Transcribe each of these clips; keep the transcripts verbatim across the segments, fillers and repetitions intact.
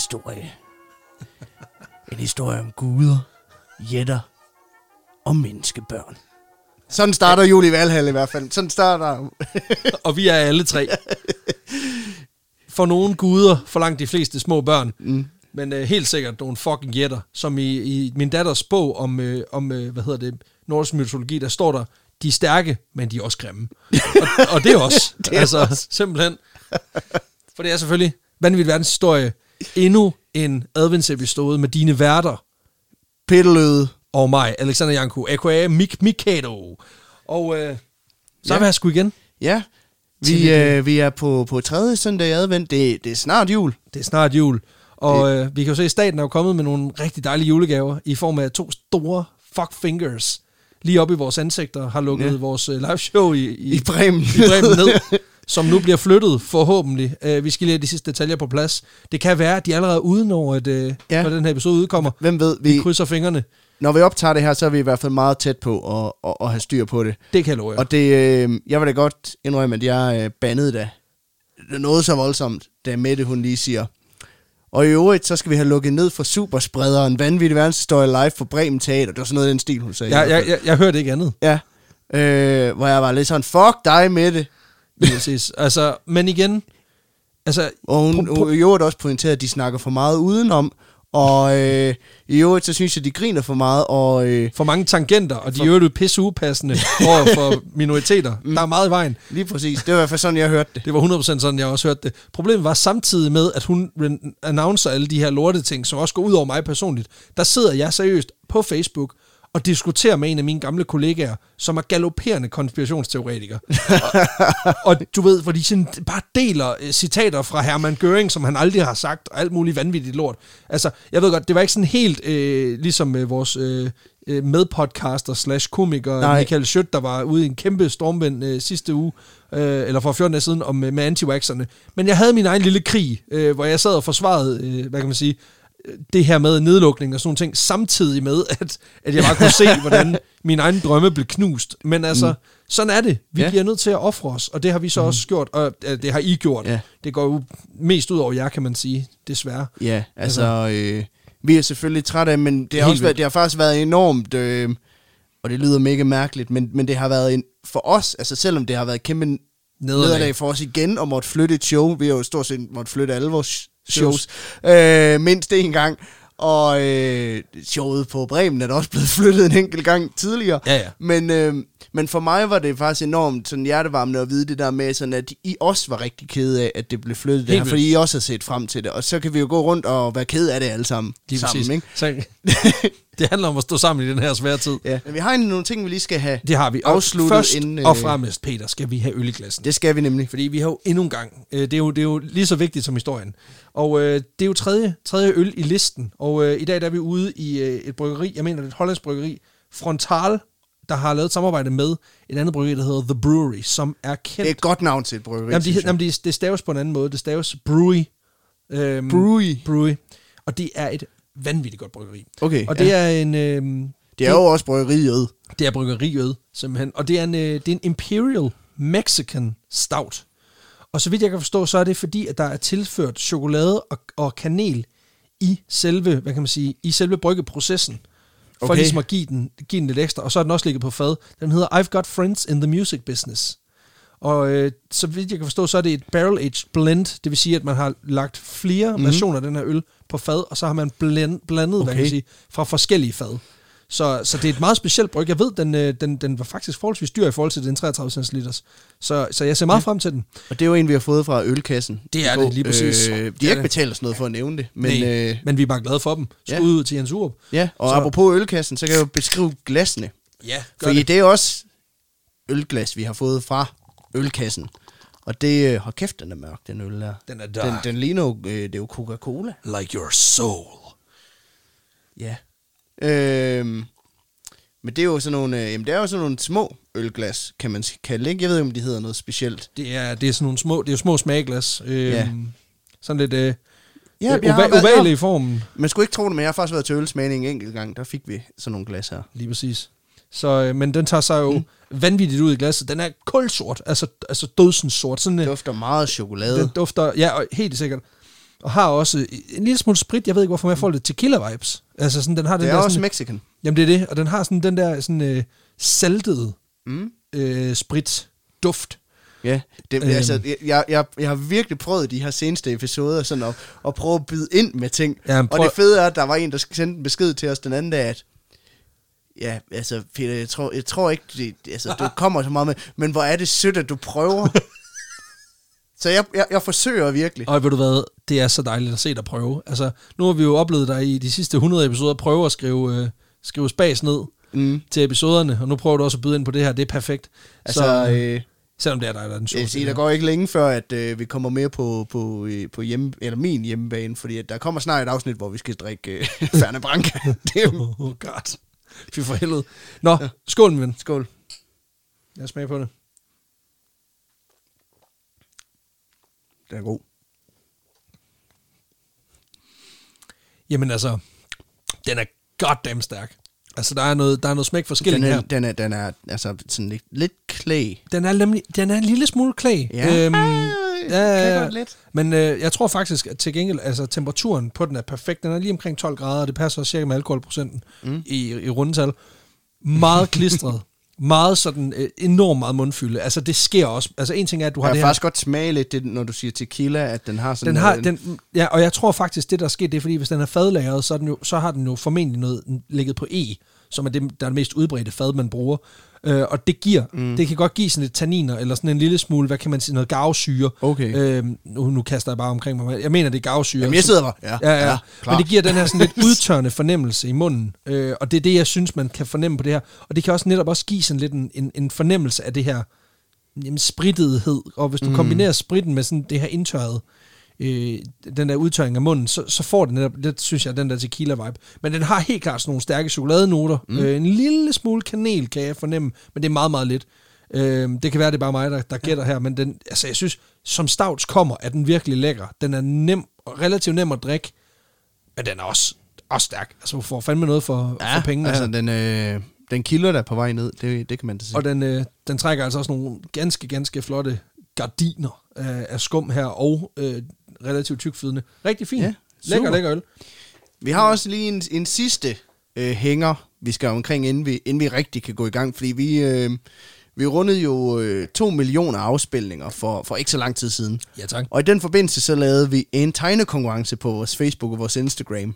historie. En historie om guder, jætter og menneskebørn. Sådan starter jul i Valhall i hvert fald. Sådan starter. Og vi er alle tre. For nogle guder, for langt de fleste små børn. Mm. Men uh, helt sikkert nogle fucking jætter. Som i, i min datters bog om, uh, om uh, hvad hedder det, nordisk mytologi, der står der, de er stærke, men de er også grimme. og, og det er også. det er altså, også. Simpelthen. For det er selvfølgelig vanvittig verdenshistorie. Endnu en adventsepisode med dine værter. Peter Løde. Og mig, Alexander Janku, a k a. Mik Mikado. Og øh, så er vi her sgu igen. Ja, vi, øh, vi er på, på tredje søndag i advent. Det, det er snart jul. Det er snart jul. Og øh, vi kan jo se, at staten er jo kommet med nogle rigtig dejlige julegaver i form af to store fuck fingers. Lige op i vores ansigter har lukket ja. vores øh, live show i, i, I Bremen, i Bremen ned. Som nu bliver flyttet, forhåbentlig. Uh, vi skal lige have de sidste detaljer på plads. Det kan være, at de allerede uden over, at, uh, ja. når den her episode udkommer. Hvem ved, vi, vi krydser fingrene. Når vi optager det her, så er vi i hvert fald meget tæt på at, at, at have styr på det. Det kan jeg love jer. Og det, øh, jeg vil da godt indrømme, at jeg øh, bandede da. Det er noget så voldsomt, da Mette hun lige siger. Og i øvrigt, så skal vi have lukket ned for supersprederen, vanvittig verdenshistorie live for Bremen Teater. Det var sådan noget i den stil, hun sagde. Ja, jeg, jeg, jeg hørte ikke andet. Ja, øh, hvor jeg var lidt sådan, fuck dig, Mette. Præcis. Altså, men igen... Altså, og hun, hun i øvrigt også pointerede, at de snakker for meget udenom, og øh, i øvrigt, så synes jeg, de griner for meget. Og, øh, for mange tangenter, og de er jo pisse upassende over for minoriteter. Mm. Der er meget i vejen. Lige præcis. Det var i hvert fald sådan, jeg hørte det. Det var hundrede procent sådan, jeg også hørte det. Problemet var samtidig med, at hun annoncer alle de her lorteting, som også går ud over mig personligt. Der sidder jeg seriøst på Facebook og diskuterer med en af mine gamle kollegaer, som er galopperende konspirationsteoretikere. og, og du ved, hvor de sådan bare deler uh, citater fra Hermann Göring, som han aldrig har sagt, og alt muligt vanvittigt lort. Altså, jeg ved godt, det var ikke sådan helt øh, ligesom øh, vores øh, medpodcaster slash komiker Nej. Michael Schødt, der var ude i en kæmpe stormvind øh, sidste uge, øh, eller for fjorten dage siden, om, med anti-vaxxerne. Men jeg havde min egen lille krig, øh, hvor jeg sad og forsvarede, øh, hvad kan man sige, det her med nedlukning og sådan nogle ting, samtidig med, at, at jeg bare kunne se, hvordan min egen drømme blev knust. Men altså, mm. sådan er det. Vi ja. bliver nødt til at ofre os, og det har vi så mm. også gjort, og uh, det har I gjort. Ja. Det går jo mest ud over jer, kan man sige, desværre. Ja, altså, altså øh, vi er selvfølgelig trætte af, men det har, også været, det har faktisk været enormt, øh, og det lyder mega mærkeligt, men, men det har været en, for os, altså selvom det har været kæmpe nederlag for os igen, og måtte flytte et show, vi har jo stort set måtte flytte alle vores shows, øh, mindst en gang, og øh, showet på Bremen er da også blevet flyttet en enkelt gang tidligere, ja, ja. Men, øh, men for mig var det faktisk enormt sådan hjertevarmende at vide det der med, sådan at I også var rigtig kede af, at det blev flyttet der, fordi I også har set frem til det, og så kan vi jo gå rundt og være kede af det alle sammen. Lige sammen, ikke? Så, det handler om at stå sammen i den her svære tid. Ja. Men vi har egentlig nogle ting, vi lige skal have det har vi. afsluttet. Først inden, og fremmest, Peter, skal vi have øl i glassen. Det skal vi nemlig. Fordi vi har jo endnu en gang, øh, det, er jo, det er jo lige så vigtigt som historien. Og øh, det er jo tredje, tredje øl i listen. Og øh, i dag der er vi ude i øh, et bryggeri, jeg mener det er et hollandsk bryggeri, Frontal, der har lavet et samarbejde med et andet bryggeri, der hedder The Brewery, som er kendt. Det er et godt navn til et bryggeri. Jamen, de, jamen det, det staves på en anden måde. Det staves Brewery. Øhm, Brewery. Brewery. Og det er et vanvittigt godt bryggeri. Okay. Og det ja. er en... Øhm, det er det, jo også bryggeriet. Det er bryggeriet, simpelthen. Og det er en, øh, det er en Imperial Mexican Stout. Og så vidt jeg kan forstå, så er det fordi, at der er tilført chokolade og, og kanel i selve, hvad kan man sige, i selve bryggeprocessen. For okay. ligesom at give den, give den lidt ekstra. Og så er den også ligget på fad. Den hedder I've Got Friends in the Music Business. Og øh, så vidt jeg kan forstå, så er det et barrel-aged blend. Det vil sige, at man har lagt flere mm-hmm. versioner af den her øl på fad, og så har man blend, blandet, okay. hvad kan man sige, fra forskellige fad. Så, så det er et meget specielt bryg. Jeg ved, den, den, den var faktisk forholdsvis dyr i forhold til den treogtredive centiliters. Så, så jeg ser meget ja. frem til den. Og det er jo en, vi har fået fra ølkassen. Det er det, lige præcis. Øh, de har ikke betalt os noget for at nævne det. Men, Nej, øh, men vi er bare glade for dem. Skud ja. ud til Jens Urup. Ja, og så. Apropos ølkassen, så kan jeg jo beskrive glasene. Ja, Fordi det. det er også ølglas, vi har fået fra ølkassen. Og det, øh, hold kæft, den er mørk, den øl der. Den er dark. Den, den ligner jo, øh, det er jo Coca-Cola. Like your soul. Ja. Øhm, men det er jo sådan nogle, øh, jamen det er jo sådan nogle små ølglas, kan man kalde, ikke? Jeg ved ikke, om de hedder noget specielt. Det er, det er sådan nogle små, det er jo små smagglas. Øhm, ja. Sådan lidt øh, ja, øh, ova- ovale i formen. Man skulle ikke tro det, men jeg har faktisk været til ølsmagning en enkelt gang. Der fik vi sådan nogle glas her. Lige præcis. Så, øh, men den tager sig jo mm. vanvittigt ud i glasset. Den er kulsort, altså, altså dødsens sort. Sådan, det dufter meget chokolade. Den dufter, ja, og helt sikkert. og har også en lille smule sprit. Jeg ved ikke, hvorfor jeg får lidt tequila-vibes. Altså sådan, den har den det er der, også sådan, Mexican. Jamen, det er det. Og den har sådan den der sådan, øh, saltede mm. øh, sprit-duft. Ja, det, øhm. altså, jeg, jeg, jeg har virkelig prøvet de her seneste episoder sådan at, at prøve at byde ind med ting. Ja, og det fede er, at der var en, der sendte en besked til os den anden dag, at ja, altså, Peter, jeg tror, jeg tror ikke, det, altså, du kommer så meget med, men hvor er det sødt, at du prøver. Så jeg, jeg, jeg forsøger virkelig. Og ved du hvad, det er så dejligt at se dig prøve. Altså, nu har vi jo oplevet dig i de sidste hundrede episoder prøve at skrive, øh, skrive spas ned mm. til episoderne, og nu prøver du også at byde ind på det her, det er perfekt. Altså, så, øh, selvom det er dig, der er den sjov. Jeg siger, der går ikke længe før, at øh, vi kommer mere på, på, øh, på hjemme, eller min hjemmebane, fordi at der kommer snart et afsnit, hvor vi skal drikke øh, Fernet Branca. Det er jo... Oh god. Fy for helvede. Nå, ja. Skål, min ven. Skål. Jeg smager på det. Den er god. Jamen altså, den er goddamn stærk. Altså, der er noget, der er noget smæk forskelligt den er, her. Den er, den er altså sådan lidt, lidt klæ. Den er nemlig, den er en lille smule klæ. Ja, øhm, ja, ja lidt. Men øh, jeg tror faktisk, at til gengæld, altså temperaturen på den er perfekt. Den er lige omkring tolv grader, og det passer cirka med alkoholprocenten mm. i, i rundetal. Meget klistret. Meget sådan øh, enormt meget mundfylde. Altså det sker også. Altså en ting er, at du har jeg det her... Jeg har faktisk godt smage lidt, det, når du siger tequila, at den har sådan den har, noget... Den, ja, og jeg tror faktisk, det der er sket, det er fordi, hvis den er fadlagret, så, er den jo, så har den jo formentlig noget ligget på E, som er det, der er det mest udbredte fad, man bruger. Øh, og det giver, mm. det kan godt give sådan lidt tanniner, eller sådan en lille smule, hvad kan man sige, noget garvesyre. Okay. Øh, nu, nu kaster jeg bare omkring mig. Jeg mener, det er garvesyre. Jamen, jeg sidder bare. Ja, ja, ja. ja men det giver den her sådan lidt udtørrende fornemmelse i munden. Øh, og det er det, jeg synes, man kan fornemme på det her. Og det kan også netop også give sådan lidt en, en, en fornemmelse af det her jamen, sprittethed. Og hvis du mm. kombinerer spritten med sådan det her indtørret, Øh, den der udtørring af munden, så, så får den netop, det synes jeg, den der tequila-vibe. Men den har helt klart sådan nogle stærke chokoladenoter. Mm. Øh, en lille smule kanel, kan jeg fornemme, men det er meget, meget lidt. Øh, det kan være, det er bare mig, der, der gætter her, men den, altså, jeg synes, som stouts kommer, er den virkelig lækker. Den er nem, relativt nem at drikke, men den er også, også stærk. Altså, du får fandme noget for, ja, for pengene altså, her. Den, øh, den kilder der på vej ned, det, det kan man da sige. Og den, øh, den trækker altså også nogle ganske, ganske flotte gardiner af, af skum her, og øh, relativt tykflydende. Rigtig fint. Ja, lækker, lækker øl. Vi har også lige en, en sidste øh, hænger, vi skal omkring, inden vi, inden vi rigtig kan gå i gang, fordi vi, øh, vi rundede jo øh, to millioner afspilninger for, for ikke så lang tid siden. Ja, tak. Og i den forbindelse så lavede vi en tegnekonkurrence på vores Facebook og vores Instagram.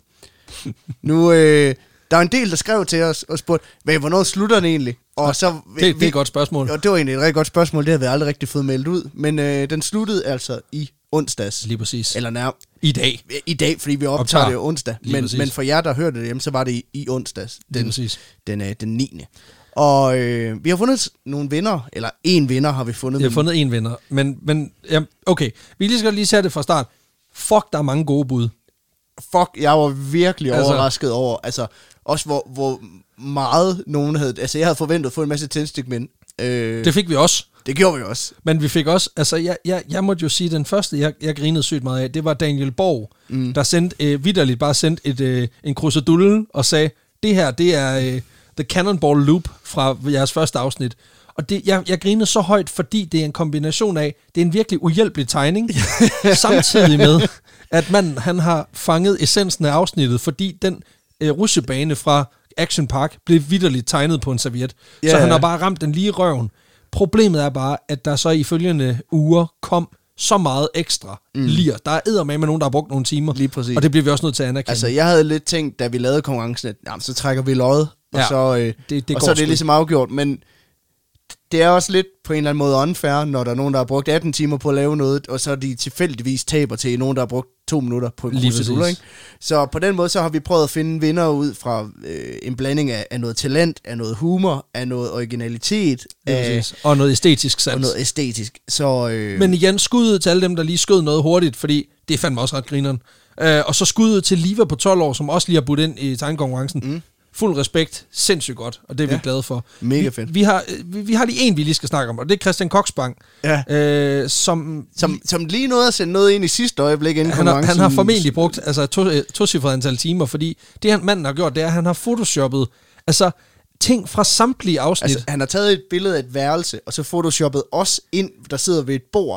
nu, øh, der er en del, der skrev til os og spurgte, hvornår slutter den egentlig? Og så, det, vi, det er et godt spørgsmål. Og det var egentlig et rigtig godt spørgsmål, det har vi aldrig rigtig fået meldt ud, men øh, den sluttede altså i onsdags. Lige præcis. Eller nær. I dag. I dag, fordi vi optager, optager. det onsdag. Men, men for jer, der hørte det hjemme, så var det i, i onsdags. Den, den, øh, den niende Og øh, vi har fundet nogle vinder, eller en vinder har vi fundet. Vi har fundet en vinder, men, men ja, okay. Vi lige skal lige sætte det fra start. Fuck, der er mange gode bud. Fuck, jeg var virkelig altså, overrasket over, altså også hvor, hvor meget nogen havde, altså jeg havde forventet at få en masse tændstikmænd. Øh, det fik vi også. Det gjorde vi også. Men vi fik også, altså jeg, jeg, jeg måtte jo sige, den første, jeg, jeg grinede sygt meget af, det var Daniel Borg, mm. der sendte, øh, vitterligt bare sendte et, øh, en krusedulle og sagde, det her, det er øh, The Cannonball Loop fra jeres første afsnit. Og det, jeg, jeg grinede så højt, fordi det er en kombination af, det er en virkelig uhjælpelig tegning, samtidig med, at man han har fanget essensen af afsnittet, fordi den øh, rutsjebane fra Action Park blev vitterligt tegnet på en serviet. Yeah. Så han har bare ramt den lige i røven. Problemet er bare, at der så i følgende uger kom så meget ekstra mm. lir. Der er eddermame med nogen, der har brugt nogle timer. Lige præcis. Og det bliver vi også nødt til at anerkende. Altså, jeg havde lidt tænkt, da vi lavede konkurrencen, at jamen, så trækker vi loddet, og ja, så, øh, det, det og så er det ligesom afgjort. Men det er også lidt på en eller anden måde unfair, når der er nogen, der har brugt atten timer på at lave noget, og så de tilfældigvis taber til nogen, der har brugt to minutter på en procedure, ikke? Så på den måde, så har vi prøvet at finde vinder ud fra øh, en blanding af, af noget talent, af noget humor, af noget originalitet. Af, og noget æstetisk sans. Og noget æstetisk. Så, øh, Men igen, skuddet til alle dem, der lige skød noget hurtigt, fordi det er fandme også ret grineren. Øh, og så skuddet til Liva på tolv år, som også lige har budt ind i tegnekonkurrencen. Mm. Fuld respekt, sindssygt godt, og det er ja, vi glade for. Mega fedt. Vi, vi, har, vi, vi har lige en, vi lige skal snakke om, og det er Christian Koksbang, ja. øh, som, som, som lige nåede at sende noget ind i sidste øjeblik inden han har, han har formentlig brugt altså, to, to cifret antal timer, fordi det han, manden har gjort, det er, at han har photoshoppet altså, ting fra samtlige afsnit. Altså, han har taget et billede af et værelse, og så photoshoppet os ind, der sidder ved et bord.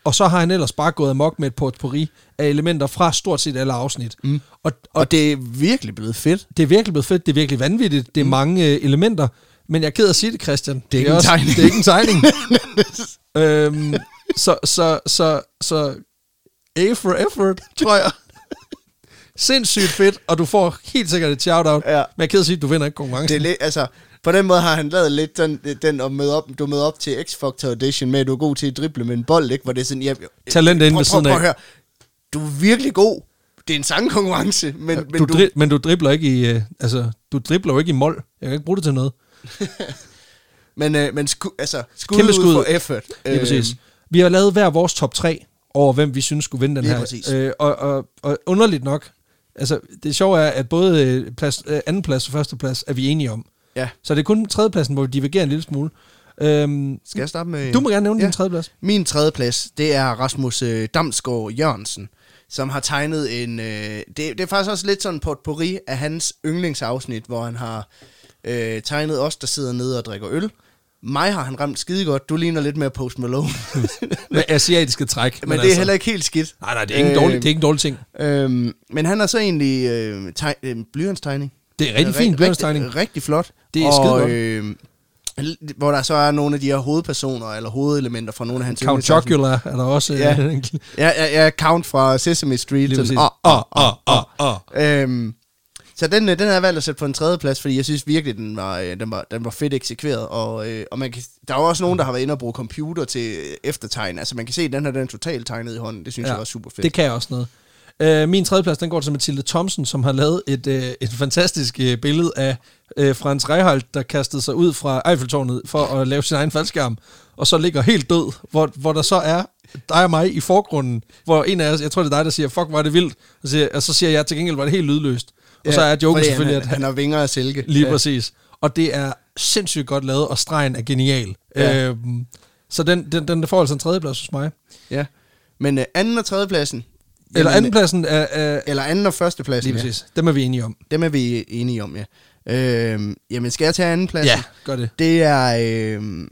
Og så har han ellers bare gået amok med et potpourri af elementer fra stort set alle afsnit. Mm. Og, og, og det er virkelig blevet fedt. Det er virkelig blevet fedt, det er virkelig vanvittigt, det er mm. mange øh, elementer. Men jeg er ked af at sige det, Christian. Det er, det er, ikke, en også, det er ikke en tegning. øhm, så, så, så, så A for effort, tror jeg. Sindssygt fedt, og du får helt sikkert et shout-out. Ja. Men jeg er ked af at sige, at du vinder ikke konkurrencen. Det er lidt, altså, på den måde har han lavet lidt den, den at møde op, du møder op til X-Factor Edition med, at du er god til at drible med en bold, ikke? Hvor det er sådan, ja, talent inde ved siden af. Høre. Du er virkelig god. Det er en sangkonkurrence, men, ja, men, du, du... men du dribler ikke i, uh, altså, du dribler jo ikke i mål. Jeg kan ikke bruge det til noget. men uh, men sku, altså, skud kæmpe skud for effort. Ja, præcis. Vi har lavet hver vores top tre over, hvem vi synes skulle vinde den ja, her. Øh, og, og, og underligt nok, altså det sjove er, at både plads, anden plads og første plads er vi enige om. Ja. Så det er kun tredjepladsen, hvor vi divergerer en lille smule. Øhm, Skal jeg starte med... Du må gerne nævne ja. din tredjeplads. Min tredjeplads, det er Rasmus øh, Damsgaard Jørgensen, som har tegnet en... Øh, det, det er faktisk også lidt sådan en potpourri af hans yndlingsafsnit, hvor han har øh, tegnet os, der sidder nede og drikker øl. Mig har han ramt skide godt. Du ligner lidt mere Post Malone. Med asiatiske træk. Men, men det er altså heller ikke helt skidt. Nej, nej, det er ikke en dårlig, det er ikke en dårlig ting. Øh, men han har så egentlig øh, teg, øh, blyantstegning. Det er rigtig fint blyantstegning. Rigtig, rigtig flot. Det er skide godt. Øh, hvor der så er nogle af de her hovedpersoner, eller hovedelementer fra nogle af hans... Count Chocula er der også... Ja, ja, ja, ja, Count fra Sesame Street. Lige præcis. Åh, åh, åh, åh. Så den, den har jeg valgt at sætte på en tredje plads, fordi jeg synes virkelig, den var, den var, den var fedt eksekveret. Og, øh, og man kan, der er jo også nogen, der har været inde og bruge computer til eftertegn. Altså man kan se, at den her den er totalt tegnet i hånden. Det synes ja, jeg var super fedt. Det kan jeg også noget. Uh, min tredje plads, den går til Mathilde Thomsen, som har lavet et, uh, et fantastisk uh, billede af uh, Frans Reiholdt, der kastede sig ud fra Eiffeltårnet for at lave sin egen faldskærm, og så ligger helt død, hvor, hvor der så er dig og mig i forgrunden, hvor en af os, jeg tror det er dig, der siger, fuck, var det vildt, og, siger, og så siger jeg til gengæld, var det helt lydløst. Og ja, så er joken selvfølgelig, han, at han, han har vinger af silke. Lige ja. Præcis. Og det er sindssygt godt lavet, og stregen er genial. Ja. Øhm, så den, den, den får altså en tredjeplads hos mig. Ja, men uh, anden og tredjepladsen, Eller andenpladsen er... er eller anden og førstepladsen, lige præcis. Dem er vi enige om. Dem er vi enige om, ja. Øh, jamen, skal jeg tage andenpladsen? Ja, gør det. Det er... Øh,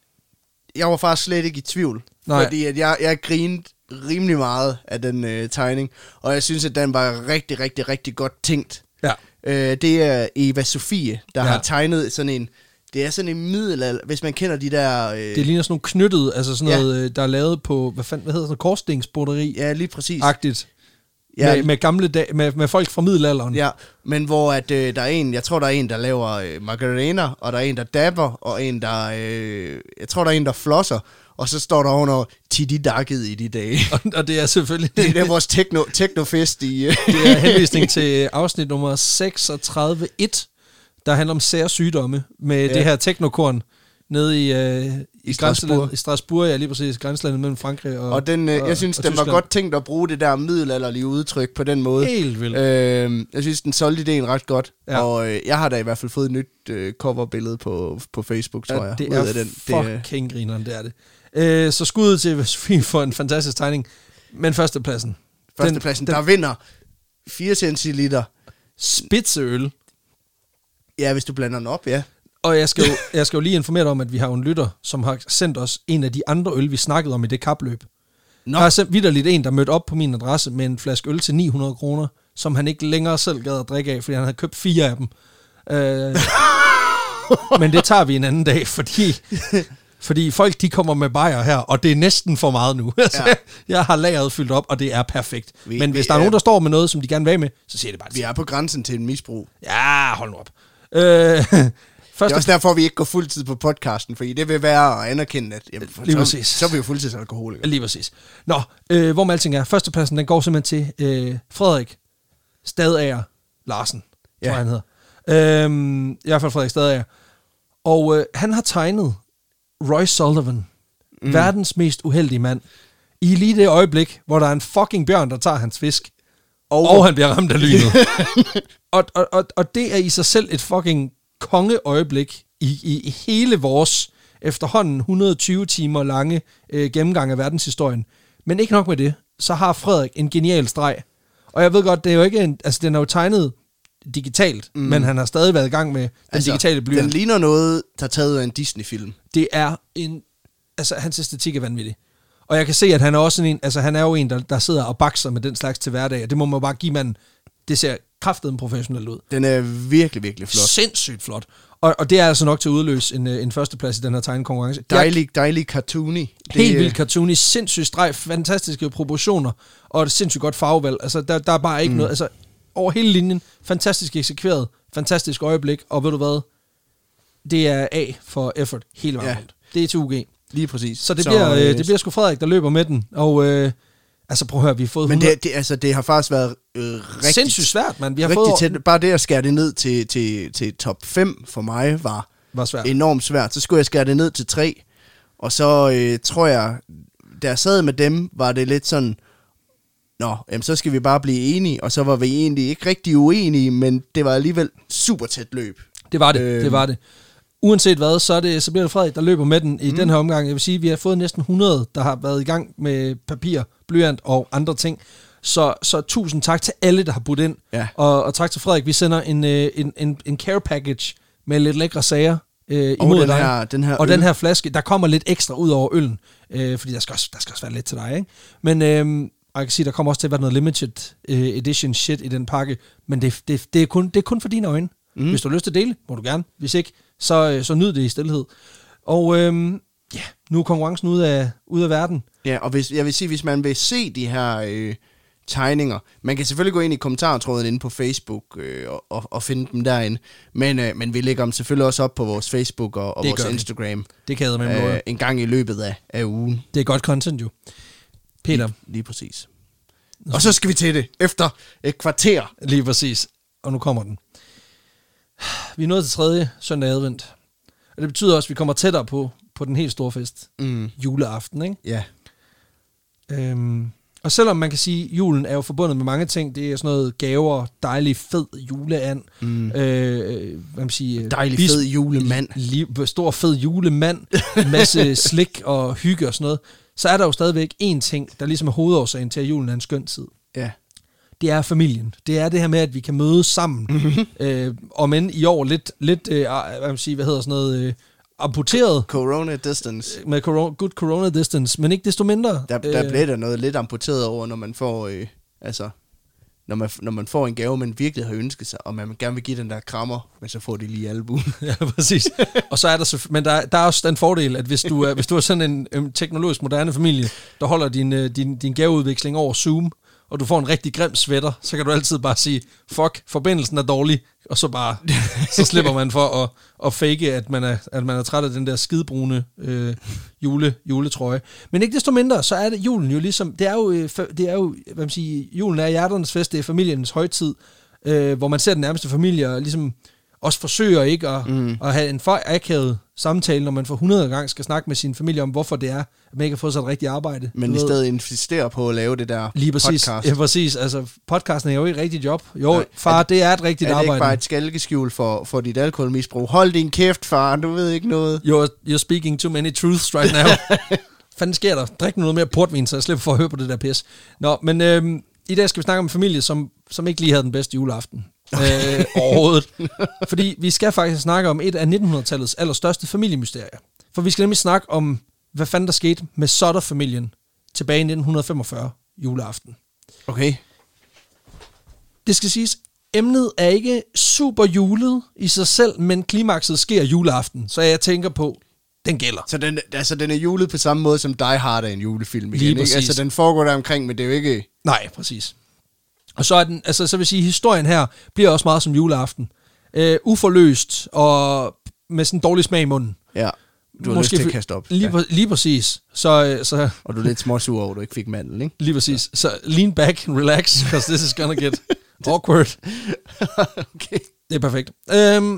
jeg var faktisk slet ikke i tvivl. Nej. Fordi at jeg, jeg grinede rimelig meget af den øh, tegning. Og jeg synes, at den var rigtig, rigtig, rigtig godt tænkt. Ja. Øh, det er Eva Sofie, der ja. har tegnet sådan en... Det er sådan en middelalder, hvis man kender de der... Øh, det ligner sådan nogle knyttede, altså sådan ja. noget, der er lavet på, hvad fanden, hvad hedder sådan korsstensbroderi? Ja, lige præcis. Agtigt. Ja. Med, med gamle dag, med, med folk fra middelalderen. Ja, men hvor at, øh, der er en, jeg tror der er en, der laver øh, margariner, og der er en, der dapper, og en, der, øh, jeg tror der er en, der flosser, og så står der under tididakket i de dage. Og, og det er selvfølgelig... det er vores techno, technofest i... det er henvisning til afsnit nummer seksogtredive et, der handler om særsygdomme med ja. det her teknokorn nede i, øh, i, Strasbourg. I Strasbourg, ja, lige præcis, grænselandet mellem Frankrig og Og den, øh, og, jeg synes, og den Tyskland. var godt tænkt at bruge det der middelalderlige udtryk på den måde. Helt vildt. Øh, jeg synes, den solgte ideen ret godt, ja. og øh, jeg har da i hvert fald fået et nyt øh, coverbillede på, på Facebook, tror ja, jeg. det er af den. fucking det, grineren, det er det. Øh, så skuddet til Sofie for en fantastisk tegning, men førstepladsen. Førstepladsen, den, der vinder fire centiliter spidseøl. Ja, hvis du blander den op, ja. Og jeg skal, jo, jeg skal jo lige informere dig om, at vi har en lytter, som har sendt os en af de andre øl, vi snakkede om i det kapløb. Nå. Der har sendt vitterligt en, der mødte op på min adresse med en flaske øl til ni hundrede kroner, som han ikke længere selv gad at drikke af, fordi han havde købt fire af dem. Øh, men det tager vi en anden dag, fordi, fordi folk de kommer med bajer her, og det er næsten for meget nu. Altså, ja. Jeg har lageret fyldt op, og det er perfekt. Vi, men hvis der er, er nogen, der står med noget, som de gerne vil have med, så siger det bare. Vi er på grænsen til en misbrug. Ja, hold nu op. Øh, Første... Det er også derfor, vi ikke går fuldtid på podcasten, fordi det vil være at anerkende, at jamen, så, så er vi jo fuldtidsalkoholikere. Lige præcis. Nå, øh, hvor med alting er. Førstepladsen, den går simpelthen til øh, Frederik Stadager Larsen, ja. tror jeg, han hedder. Øh, I hvert fald Frederik Stadager. Og øh, han har tegnet Roy Sullivan, mm. verdens mest uheldige mand, i lige det øjeblik, hvor der er en fucking bjørn, der tager hans fisk, og, og han bliver ramt af lynet. og, og, og, og det er i sig selv et fucking kongeøjeblik i, i, i hele vores efterhånden et hundrede og tyve timer lange øh, gennemgang af verdenshistorien. Men ikke nok med det, så har Frederik en genial streg. Og jeg ved godt, det er jo ikke en, altså den er jo tegnet digitalt, mm. men han har stadig været i gang med den altså, digitale blyant. Den ligner noget, der er taget af en Disney-film. Det er en, altså hans æstetik er vanvittig. Og jeg kan se, at han er også sådan en, altså han er jo en, der, der sidder og bakser med den slags til hverdag, og det må man bare give manden. Det ser kraftedeme professionelt ud. Den er virkelig, virkelig flot. Sindssygt flot. Og, og det er altså nok til at udløse en, en førsteplads i den her tegnekonkurrence. Dejlig, dejlig cartoony. Helt vildt cartoony, sindssygt streg, fantastiske proportioner, og et sindssygt godt farvevalg. Altså, der, der er bare ikke mm. noget, altså over hele linjen, fantastisk eksekveret, fantastisk øjeblik, og ved du hvad, det er A for effort hele vejen rundt. Ja. Det er til U G. Lige præcis. Så det, så, bliver, øh, det bliver sgu Frederik, der løber med den, og øh, altså prøv at høre, vi har fået men det, det, altså, det har faktisk været øh, rigtig... Sindssygt svært, man. Vi har rigtig fået... tæt. Bare det at skære det ned til, til, til top fem for mig var, var svært. enormt svært. Så skulle jeg skære det ned til tre, og så øh, tror jeg, da jeg sad med dem, var det lidt sådan, nå, jamen, så skal vi bare blive enige, og så var vi egentlig ikke rigtig uenige, men det var alligevel super tæt løb. Det var det, øh, det var det. Uanset hvad, så, er det, så bliver det Frederik, der løber med den i mm. den her omgang. Jeg vil sige, at vi har fået næsten hundrede, der har været i gang med papir, blyant og andre ting. Så, så tusind tak til alle, der har budt ind. Ja. Og, og tak til Frederik. Vi sender en, en, en, en care package med lidt lækre sager øh, imod den dig. Her, den her og øl. den her flaske, der kommer lidt ekstra ud over øllen. Øh, fordi der skal, også, der skal også være lidt til dig, ikke? Men øh, og jeg kan sige, der kommer også til at være noget limited øh, edition shit i den pakke. Men det, det, det, er, kun, det er kun for dine øjne. Mm. Hvis du har lyst til at dele, må du gerne. Hvis ikke, så, så nyd det i stillhed. Og øhm, ja, nu er konkurrencen ud af, ud af verden. Ja, og hvis, jeg vil sige, hvis man vil se de her øh, tegninger, man kan selvfølgelig gå ind i kommentartråden inde på Facebook øh, og, og, og finde dem derinde, men, øh, men vi lægger dem selvfølgelig også op på vores Facebook og, og vores Instagram. Det kan jeg med øh, en gang i løbet af, af ugen. Det er godt content jo. Peter. Lige, lige præcis. Og så skal vi til det efter et kvarter. Lige præcis. Og nu kommer den. Vi er nået til tredje søndag advent. Og det betyder også, at vi kommer tættere på, på den helt store fest. Mm. Juleaften, ikke? Ja. Øhm, og selvom man kan sige, at julen er jo forbundet med mange ting. Det er sådan noget gaver, dejlig fed juleand. Mm. Øh, hvad man siger, dejlig bis- fed julemand. Li- stor fed julemand. En masse slik og hygge og sådan noget. Så er der jo stadigvæk én ting, der ligesom er hovedårsagen til, at julen er en skøn tid. Ja. Det er familien. Det er det her med, at vi kan mødes sammen. Mm-hmm. Øh, og men i år lidt, lidt øh, hvad, man sige, hvad hedder sådan noget, øh, amputeret. Corona distance. Med corona, good corona distance, men ikke desto mindre. Der, der øh, bliver der noget lidt amputeret over, når man får, øh, altså, når man, når man får en gave, man virkelig har ønsket sig, og man gerne vil give den der krammer, men så får de lige albuen. Ja, præcis. Og så er der så, men der, der er også den fordel, at hvis du er, hvis du er sådan en, en teknologisk moderne familie, der holder din, din, din gaveudveksling over Zoom, og du får en rigtig grim sweater, så kan du altid bare sige, fuck, forbindelsen er dårlig, og så bare, så slipper man for at, at fake, at man, er, at man er træt af den der skidebrune øh, jule, juletrøje. Men ikke desto mindre, så er det julen jo ligesom, det er jo, det er jo hvad man siger, julen er hjerternes fest, det er familiens højtid, øh, hvor man ser den nærmeste familie, og ligesom også forsøger ikke at, mm. at have en for akavet samtale, når man for hundrede gang skal snakke med sin familie om, hvorfor det er, at man ikke har fået sig et rigtigt arbejde. Men i stedet insisterer på at lave det der lige præcis, podcast. Ja, præcis. Altså, podcasten er jo ikke et rigtigt job. Jo, Nej, far, er, det er et rigtigt arbejde. Er det arbejde. Ikke bare et skalkeskjul for, for dit alkoholmisbrug? Hold din kæft, far, du ved ikke noget. You're, you're speaking too many truths right now. Fanden sker der? Drik noget mere portvin, så jeg slipper for at høre på det der pis. Nå, men øhm, i dag skal vi snakke om en familie, som, som ikke lige havde den bedste juleaften. Okay. Øh, overhovedet. Fordi vi skal faktisk snakke om et af nittenhundredetallets allerstørste familiemysterier. For vi skal nemlig snakke om, hvad fanden der skete med Sutter-familien tilbage i nitten femogfyrre juleaften. Okay. Det skal siges, emnet er ikke super julet i sig selv, men klimakset sker juleaften. Så jeg tænker på, den gælder. Så den, altså, den er julet på samme måde som Die Hard er en julefilm igen, ikke? Altså den foregår der omkring, men det er jo ikke... Nej, præcis. Og så er den, altså så vil sige, historien her bliver også meget som juleaften. Uh, uforløst og med sådan en dårlig smag i munden. Ja, du har Måske lyst til at kaste op. Lige, ja. lige præcis. Så, så, og du er lidt småsur over, at du ikke fik mandel, ikke? Lige præcis. Så lean back and relax, because this is gonna get awkward. Okay. Det er perfekt. Um,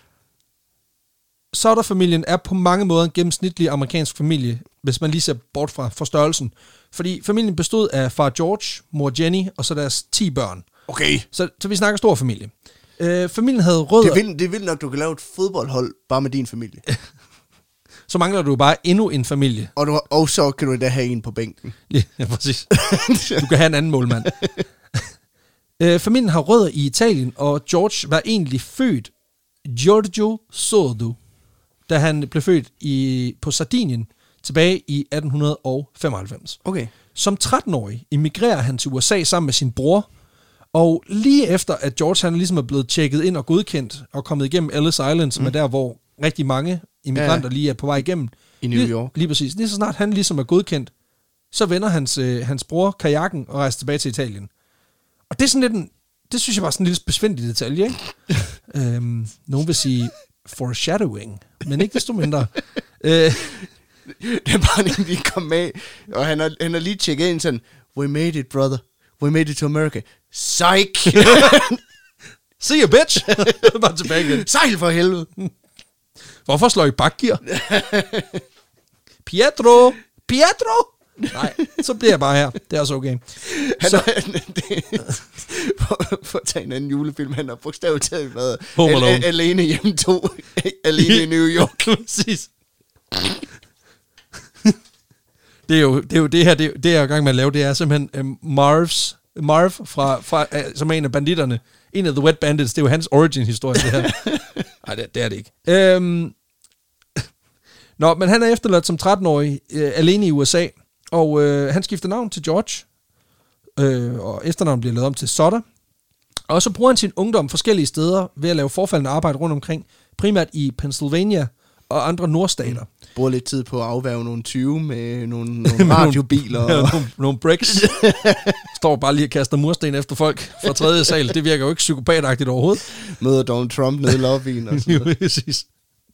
Sutter-familien er på mange måder en gennemsnitlig amerikansk familie, hvis man lige ser bort fra, fra størrelsen. Fordi familien bestod af far George, mor Jenny og så deres ti børn. Okay. Så, så vi snakker stor familie. Øh, familien havde rødder... Det er, vildt, det er vildt nok, du kan lave et fodboldhold bare med din familie. Så mangler du bare endnu en familie. Og, du, og så kan du da have en på bænken. Ja, præcis. Du kan have en anden målmand. øh, familien har rødder i Italien, og George var egentlig født Giorgio Sordo, da han blev født i, på Sardinien tilbage i atten femoghalvfems. Okay. Som tretten-årig emigrerer han til U S A sammen med sin bror, og lige efter, at George han ligesom er blevet tjekket ind og godkendt, og kommet igennem Ellis Island, som mm. er der, hvor rigtig mange immigranter ja. lige er på vej igennem. I New York. Lige, lige præcis. Lige så snart han ligesom er godkendt, så vender hans, øh, hans bror kajakken og rejser tilbage til Italien. Og det er sådan lidt en, det synes jeg var sådan en lille besvindig detalje, ikke? øhm, nogen vil sige foreshadowing, men ikke desto mindre. øh, det er bare en, de kom med, og han har, han har lige tjekket ind sådan, we made it, brother. We made it to America. Psych! See you, bitch! Bare tilbage igen. Sejl for helvede! Hvorfor slår I bakgear? Pietro! Pietro! Nej, så bliver jeg bare her. Det er også okay. Han så. Er, det, for, for at tage en anden julefilm, han har bogstaveligt talt været al, al, alene hjemme to, alene i New York. Præcis. Det er jo det, er jo det her, det, det jeg er i gang med at lave, det er simpelthen uh, Marv's, Marv, fra, fra, uh, som er en af banditterne, en af The Wet Bandits, det er jo hans origin-historie, det her. Nej, det, det er det ikke. Um, Nå, men han er efterladt som tretten-årig, uh, alene i U S A, og uh, han skifter navn til George, uh, og efternavnet bliver lavet om til Sutter, og så bruger han sin ungdom forskellige steder ved at lave forfaldende arbejde rundt omkring, primært i Pennsylvania og andre nordstater. Bruger lidt tid på at afværge nogle tyve med nogle, nogle radiobiler. og nogle, nogle bricks. Står bare lige og kaster mursten efter folk fra tredje sal. Det virker jo ikke psykopatagtigt overhovedet. Møder Donald Trump nede i lobbyen. Og sådan noget. Præcis.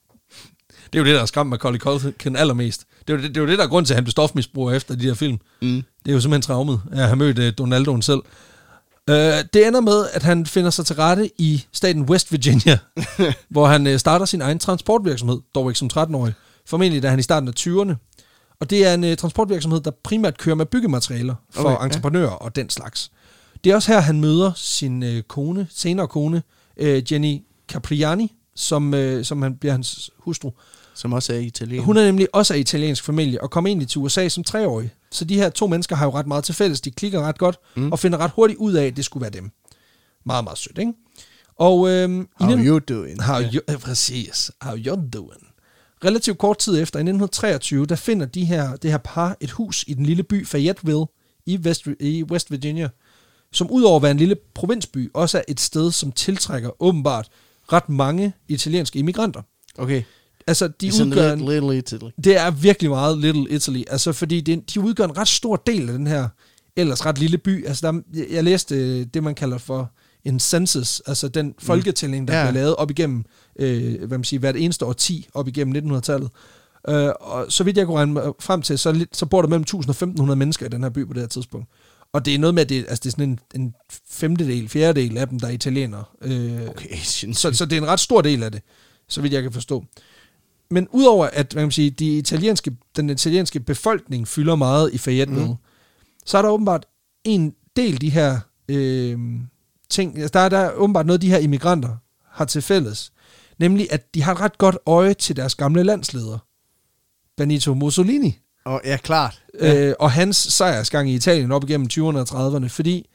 Det er jo det, der er skræmt med Macaulay Culkin allermest. Det er jo det, det, er jo det der er grund til, at han blev stofmisbruger efter de her film. Mm. Det er jo simpelthen traumet, at han mødte uh, Donaldoen selv. Uh, det ender med, at han finder sig til rette i staten West Virginia, hvor han uh, starter sin egen transportvirksomhed, dog ikke som tretten-årig. Formentlig da han i starten af tyverne. Og det er en uh, transportvirksomhed, der primært kører med byggematerialer for okay, entreprenører ja. og den slags. Det er også her, han møder sin uh, kone, senere kone, uh, Jenny Capriani, som, uh, som han bliver hans hustru. Som også er italiener. Hun er nemlig også af italiensk familie, og kom egentlig til U S A som treårig. Så de her to mennesker har jo ret meget til fælles. De klikker ret godt, mm. og finder ret hurtigt ud af, at det skulle være dem. Meget, meget sødt, ikke? Og, øhm, how nitten, you doing? How you, yeah. Præcis. How you doing? Relativt kort tid efter, i nitten treogtyve, der finder de her, det her par et hus i den lille by Fayetteville i West, i West Virginia, som udover at være en lille provinsby, også er et sted, som tiltrækker åbenbart ret mange italienske immigranter. Okay. Altså, de udgør en, Little Italy. Det er virkelig meget Little Italy. Altså, fordi det, de udgør en ret stor del af den her ellers ret lille by. Altså, der, jeg læste det, man kalder for en census, altså den folketælling, der mm. ja. bliver lavet op igennem, øh, hvad man siger, hvert eneste årti op igennem nittenhundredetallet. Øh, og så vidt jeg kunne regne frem til, så, så bor der mellem tusind og femten hundrede mennesker i den her by på det her tidspunkt. Og det er noget med, at det, altså, det er sådan en, en femtedel, fjerdedel af dem, der er italienere. Øh, okay, så, så det er en ret stor del af det, så vidt jeg kan forstå. Men udover at, hvad man siger, de italienske, den italienske befolkning fylder meget i Fayetteville, mm. så er der åbenbart en del de her øh, ting, altså der, er, der er åbenbart noget, de her immigranter har til fælles, nemlig at de har et ret godt øje til deres gamle landsleder, Benito Mussolini. Oh, ja, klart. Ja. Øh, og hans sejrsgang i Italien op igennem tyverne og trediverne, fordi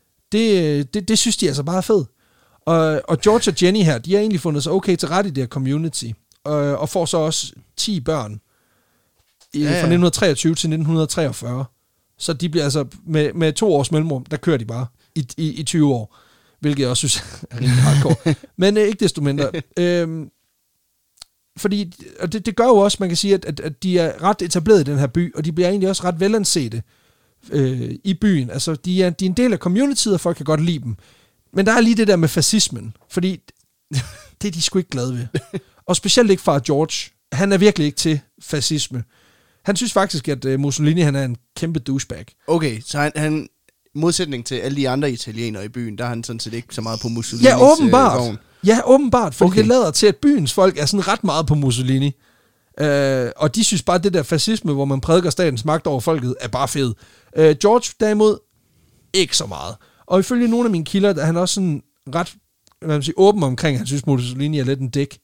det, det, det synes de altså bare er fedt. Og, og George og Jenny her, de har egentlig fundet sig okay til ret i det her community, og får så også ti børn i, ja, ja. fra nitten treogtyve til nitten treogfyrre. Så de bliver altså, med, med to års mellemrum, der kører de bare i, i, i tyve år, hvilket jeg også synes er rimelig hardcore. Men øh, ikke desto mindre. øhm, fordi, og det, det gør jo også, man kan sige, at, at, at de er ret etableret i den her by, og de bliver egentlig også ret velansete øh, i byen. Altså, de er, de er en del af communityet, og folk kan godt lide dem. Men der er lige det der med fascismen, fordi det er de sgu ikke glade ved. Og specielt ikke fra George. Han er virkelig ikke til fascisme. Han synes faktisk, at uh, Mussolini han er en kæmpe douchebag. Okay, så han, han modsætning til alle de andre italienere i byen, der er han sådan set ikke så meget på Mussolinis ja, åbenbart. vogn. Ja, åbenbart. For okay. det lader til, at byens folk er sådan ret meget på Mussolini. Uh, og de synes bare, at det der fascisme, hvor man prædiker statens magt over folket, er bare fed. Uh, George derimod, ikke så meget. Og ifølge nogle af mine kilder, der er han også sådan ret hvad man siger, åben omkring, at han synes, Mussolini er lidt en dick.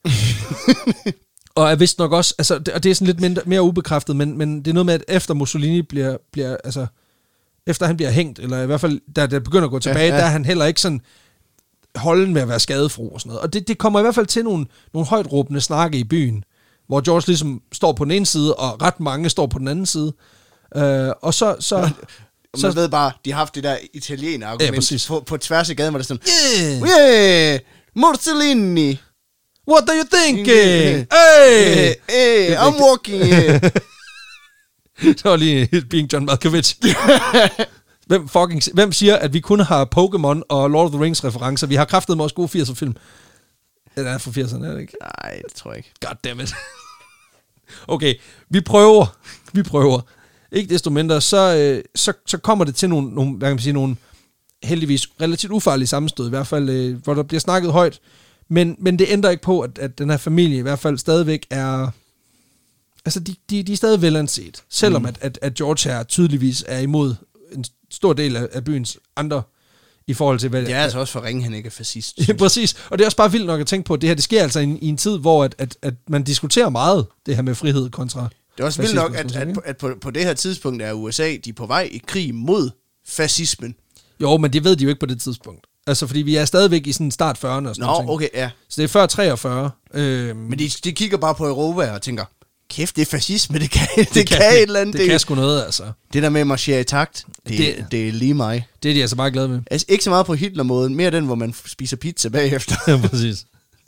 Og er vist nok også, altså, det, og det er sådan lidt mindre, mere ubekræftet, men, men det er noget med, at efter Mussolini bliver, bliver altså, efter han bliver hængt, eller i hvert fald, da det begynder at gå tilbage, ja, ja. der er han heller ikke sådan holden med at være skadefro og sådan noget. Og det, det kommer i hvert fald til nogle, nogle højt råbende snakke i byen, hvor George ligesom står på den ene side, og ret mange står på den anden side. Øh, og så... så man så, ved bare, de har haft det der italiener argument ja, på, på tværs af gaden, hvor det er sådan, yeah, yeah, Mussolini, what are you thinking? Hey! Hey, hey, I'm walking here. Det var lige being John Malkovich. Hvem, fucking, hvem siger, at vi kun har Pokémon og Lord of the Rings referencer? Vi har kraftet med også gode firserne film. Den er fra firserne, er det ikke? Nej, det tror jeg ikke. Goddammit. Okay, vi prøver. Vi prøver. Ikke desto mindre, så, øh, så, så kommer det til nogle, nogle, hvad kan man sige, nogle heldigvis relativt ufarlige sammenstød, i hvert fald, øh, hvor der bliver snakket højt. Men, men det ændrer ikke på, at, at den her familie i hvert fald stadigvæk er... Altså, de, de, de er stadig velanset. Selvom mm. at, at, at George her tydeligvis er imod en stor del af, af byens andre i forhold til... Hvad, det er altså også for ringe, han ikke er fascist. Ja, præcis. Og det er også bare vildt nok at tænke på, at det her det sker altså i en, i en tid, hvor at, at, at man diskuterer meget det her med frihed kontra... Det er også vildt nok, at, at, at, at på, på det her tidspunkt er U S A, de er på vej i krig mod fascismen. Jo, men det ved de jo ikke på det tidspunkt. Altså, fordi vi er stadigvæk i sådan start fyrrerne og sådan noget. Nå, okay, ja. Så det er før treogfyrre. Øhm. Men de, de kigger bare på Europa og tænker, kæft, det er fascisme, det kan, det, det kan, kan et eller andet. Det, det kan sgu noget, altså. Det der med at marchere i takt, det, det, det er lige mig. Det er de altså bare glade med. Altså, ikke så meget på Hitler-måden, mere den, hvor man spiser pizza bagefter. Ja, præcis.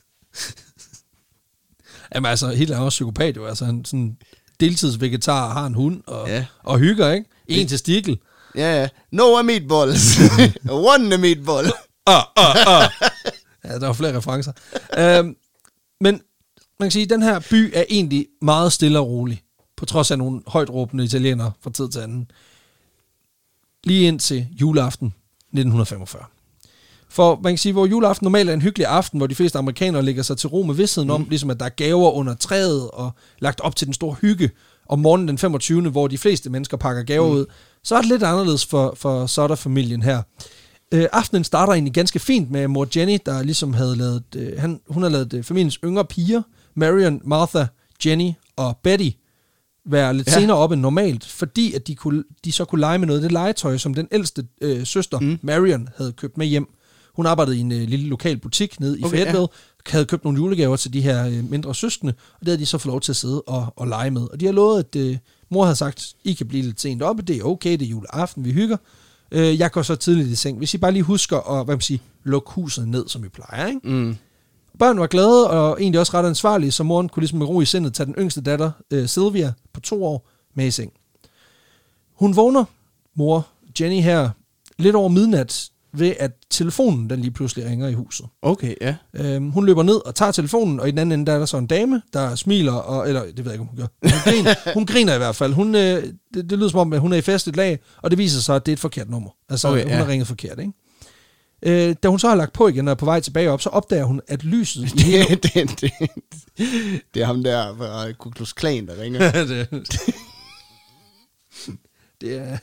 Jamen altså, Hitler er også psykopat jo. Altså, han sådan deltidsvegetar, har en hund og, ja. og hygger, ikke? En til stikkel. Ja, ja. No meatballs. One meatball. Ah, ah, ah. Ja, der var flere referencer. øhm, men man kan sige, at den her by er egentlig meget stille og rolig, på trods af nogle højt råbende italienere fra tid til anden. Lige ind til juleaften nitten femogfyrre. For man kan sige, hvor juleaften normalt er en hyggelig aften, hvor de fleste amerikanere lægger sig til ro med vidstheden om, mm. ligesom at der er gaver under træet og lagt op til den store hygge om morgenen den femogtyvende, hvor de fleste mennesker pakker gaver mm. ud, så er det lidt anderledes for, for Sutter-familien her. Øh, aftenen starter egentlig ganske fint med mor Jenny, der ligesom havde lavet, øh, han, hun har lavet øh, familiens yngre piger, Marion, Martha, Jenny og Betty, være lidt ja. senere op end normalt, fordi at de, kunne, de så kunne lege med noget af det legetøj, som den ældste øh, søster, mm. Marion, havde købt med hjem. Hun arbejdede i en øh, lille lokal butik nede i okay, Fayetteville, ja. havde købt nogle julegaver til de her øh, mindre søskende, og det havde de så fået lov til at sidde og, og lege med. Og de har lovet, at øh, mor havde sagt, I kan blive lidt sent oppe, det er okay, det er juleaften, vi hygger. Øh, jeg går så tidligt i seng. Hvis I bare lige husker at, hvad man siger, lukke huset ned, som I plejer, ikke? Mm. Børn var glade, og egentlig også ret ansvarlige, så moren kunne ligesom med ro i sindet tage den yngste datter, øh, Sylvia, på to år, med i seng. Hun vågner, mor Jenny her, lidt over midnat, ved at telefonen den lige pludselig ringer i huset. Okay, ja. Øhm, hun løber ned og tager telefonen, og i den anden ende der er der så en dame, der smiler, og, eller det ved jeg ikke, om hun gør. Hun griner, hun griner i hvert fald. Hun, øh, det, det lyder som om, at hun er i festligt lag, og det viser sig, at det er et forkert nummer. Altså, okay, hun ja. har ringet forkert, ikke? Øh, da hun så har lagt på igen og er på vej tilbage op, så opdager hun, at lyset... det, det, det, det er ham der fra Ku Klux Klan, der ringer. det, det er...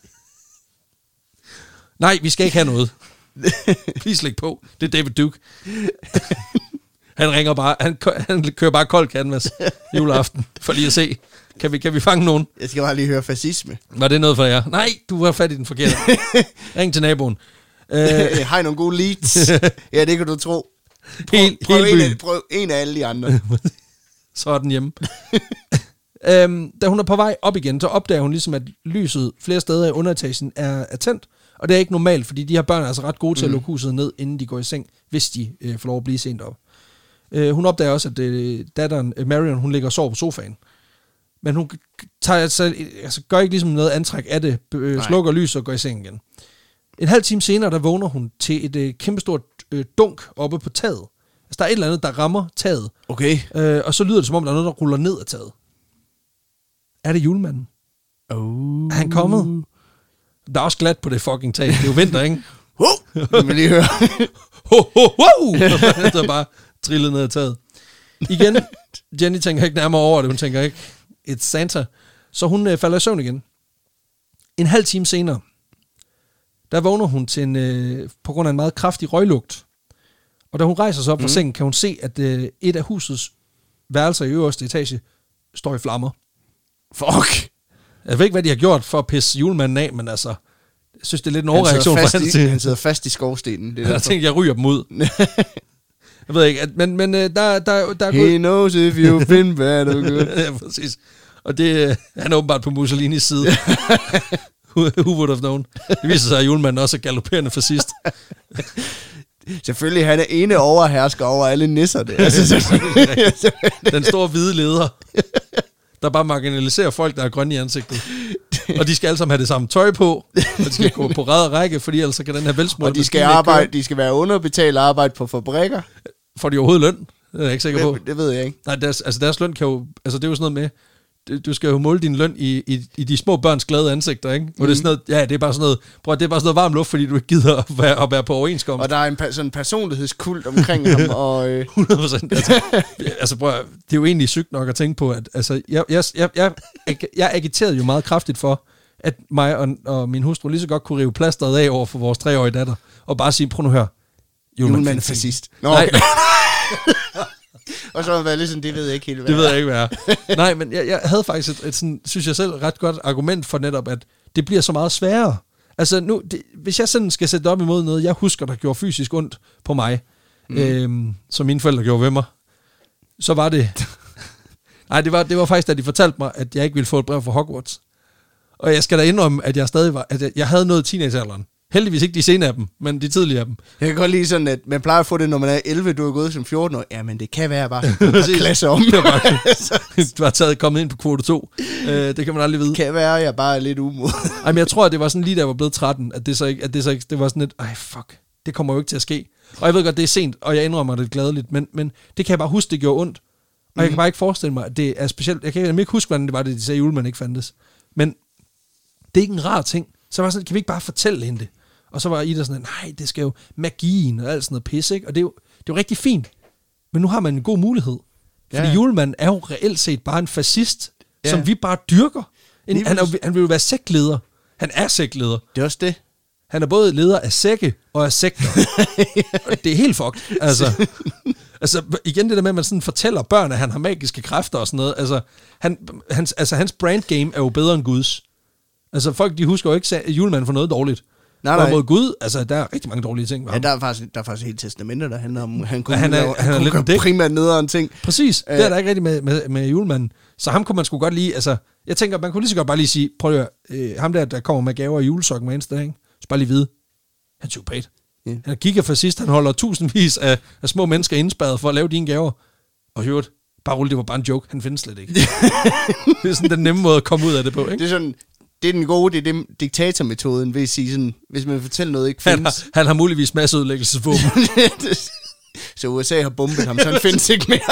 Nej, vi skal ikke have noget. Please læg på. Det er David Duke. Han ringer bare, han, han kører bare kold canvas juleaften, for lige at se. Kan vi, kan vi fange nogen? Jeg skal bare lige høre fascisme. Var det noget for jer? Nej, du var fat i den forkerte. Ring til naboen. Uh, har I nogle gode leads? Ja, det kan du tro. Prøv, Helt, prøv, helt en, af, prøv en af alle de andre. Så er den hjemme. øhm, da hun er på vej op igen, så opdager hun ligesom, at lyset flere steder i underetagen er, er tændt. Og det er ikke normalt, fordi de her børn er altså ret gode til at lukke huset ned, inden de går i seng, hvis de øh, får lov at blive sent op. Øh, hun opdager også, at øh, datteren øh, Marion, hun ligger og sover på sofaen. Men hun tager, altså, altså, gør ikke ligesom noget antræk af det, øh, slukker lys og går i seng igen. En halv time senere, der vågner hun til et øh, kæmpestort øh, dunk oppe på taget. Altså, der er et eller andet, der rammer taget. Okay. Øh, og så lyder det, som om der er noget, der ruller ned af taget. Er det julemanden? Oh. Er han kommet? Der er også glat på det fucking tag. Det er jo vinter, ikke? Ho! Det vil lige høre. Ho, ho, ho! Så bare trillet ned ad taget. Igen, Jenny tænker ikke nærmere over det. Hun tænker ikke, it's Santa. Så hun øh, falder i søvn igen. En halv time senere, der vågner hun til en, øh, på grund af en meget kraftig røglugt. Og da hun rejser sig op fra mm. sengen, kan hun se, at øh, et af husets værelser i øverste etage står i flammer. Fuck! Jeg ved ikke, hvad de har gjort for at pisse julemanden af, men altså, jeg synes, det er lidt en overreaktion han for hans tid. Han sidder fast i skovstenen. Det jeg tænkte, jeg ryger dem ud. Jeg ved ikke, at, men, men der, der, der, der er He knows if you've been bad or good. Ja, præcis. Og det, han er åbenbart på Mussolinis side. who, who would have known? Det viser sig, at julemanden også er galopperende fascist. Selvfølgelig, han er ene overhersker over alle nisserne. Altså, den store hvide leder, der bare marginaliserer folk, der er grønne i ansigtet. Og de skal alle sammen have det samme tøj på, og de skal gå på ræd og række, fordi ellers kan den her velsmurte... Og de skal, arbejde, de skal være underbetalt arbejde på fabrikker. Får de overhovedet løn? Det er jeg ikke sikker på. Det, det ved jeg ikke. Nej, deres, altså deres løn kan jo... Altså det er jo sådan noget med... Du skal jo måle din løn i, i, i de små børns glade ansigter, ikke? Hvor mm. det er sådan noget, ja, det er bare sådan noget, prøv, det er bare sådan noget varm luft, fordi du ikke gider at være, at være på overenskomst. Og der er en sådan en personlighedskult omkring ham. Og, øh... hundrede procent. Altså, altså prøv, det er jo egentlig sygt nok at tænke på, at altså, jeg, jeg, jeg, jeg, jeg agiterede jo meget kraftigt for, at mig og, og min hustru lige så godt kunne rive plasteret af over for vores treårige datter, og bare sige, prøv nu her. Julemanden er fascist. Nå, okay. Nej. Og så har man været lidt sådan, det ved jeg ikke helt, hvad det ved jeg ikke, hvad er. Nej, men jeg, jeg havde faktisk et, et sådan, synes jeg selv, ret godt argument for netop, at det bliver så meget sværere. Altså nu, det, hvis jeg sådan skal sætte det op imod noget, jeg husker, der gjorde fysisk ondt på mig, mm. øhm, som mine forældre gjorde ved mig, så var det... Nej, det var, det var faktisk, da de fortalte mig, at jeg ikke ville få et brev fra Hogwarts. Og jeg skal da indrømme, at jeg stadig var, at jeg, jeg havde nået teenagealderen. Heldigvis ikke de senere af dem, men de tidligere af dem. Jeg kan godt lide sådan, at man plejer at få det, når man er elleve, du er gået som fjorten år. Ja, men det kan være bare en klasse om. Du har taget kommet ind på kvote to. Uh, det kan man aldrig vide. Det kan være, at jeg bare er lidt umoden. Ej, men jeg tror, at det var sådan lige, da jeg var blevet tretten, at det så ikke, at det så ikke, det var sådan lidt, ej fuck, det kommer jo ikke til at ske. Og jeg ved godt, det er sent, og jeg indrømmer det gladeligt, men, men det kan jeg bare huske, det gjorde ondt. Og mm. jeg kan bare ikke forestille mig, at det er specielt, jeg kan ikke huske, hvordan det var, det de sagde, at julemanden ikke fandtes. Men det er ikke en rar ting. Så var sådan, kan vi ikke bare fortælle hende det? Og så var Ida sådan, nej, det skal jo magien og alt sådan noget pis, ikke? Og det er, jo, det er jo rigtig fint. Men nu har man en god mulighed. Fordi ja. Julemanden er jo reelt set bare en fascist, ja. Som vi bare dyrker. En, han, er, han vil jo være sektleder. Han er sektleder. Det er også det. Han er både leder af sække og af sekter. Og det er helt fucked. Altså, altså igen det der med, at man sådan fortæller børn, at han har magiske kræfter og sådan noget. Altså, han, hans, altså hans brand game er jo bedre end Guds. Altså folk, de husker jo ikke julemanden for noget dårligt. Nej, nej. Og mod Gud, altså der er rigtig mange dårlige ting. Ja, der er faktisk, der er faktisk helt testamenter, der handler om, han kunne, han er, lave, han han kunne primært nederen ting. Præcis, Æh, det er der ikke rigtig med, med, med julemanden. Så ham kunne man sgu godt lige, altså, jeg tænker, man kunne lige så godt bare lige sige, prøv at høre, øh, ham der, der kommer med gaver og julesokken med eneste dag, ikke? Så bare lige vide, han er psykopat. Yeah. Han kigger fascist, han holder tusindvis af, af små mennesker indspærret for at lave dine gaver. Og hørt, bare rulle, det var bare en joke, han findes slet ikke. Det er sådan den nemme måde at komme ud af det på, ikke? Det er sådan... Det er den gode, det er den diktatormetoden, vil sige sådan, hvis man fortæller noget ikke findes. Han har, han har muligvis masseudlæggelsesvåben. Så U S A har bombet ham, så han findes ikke mere.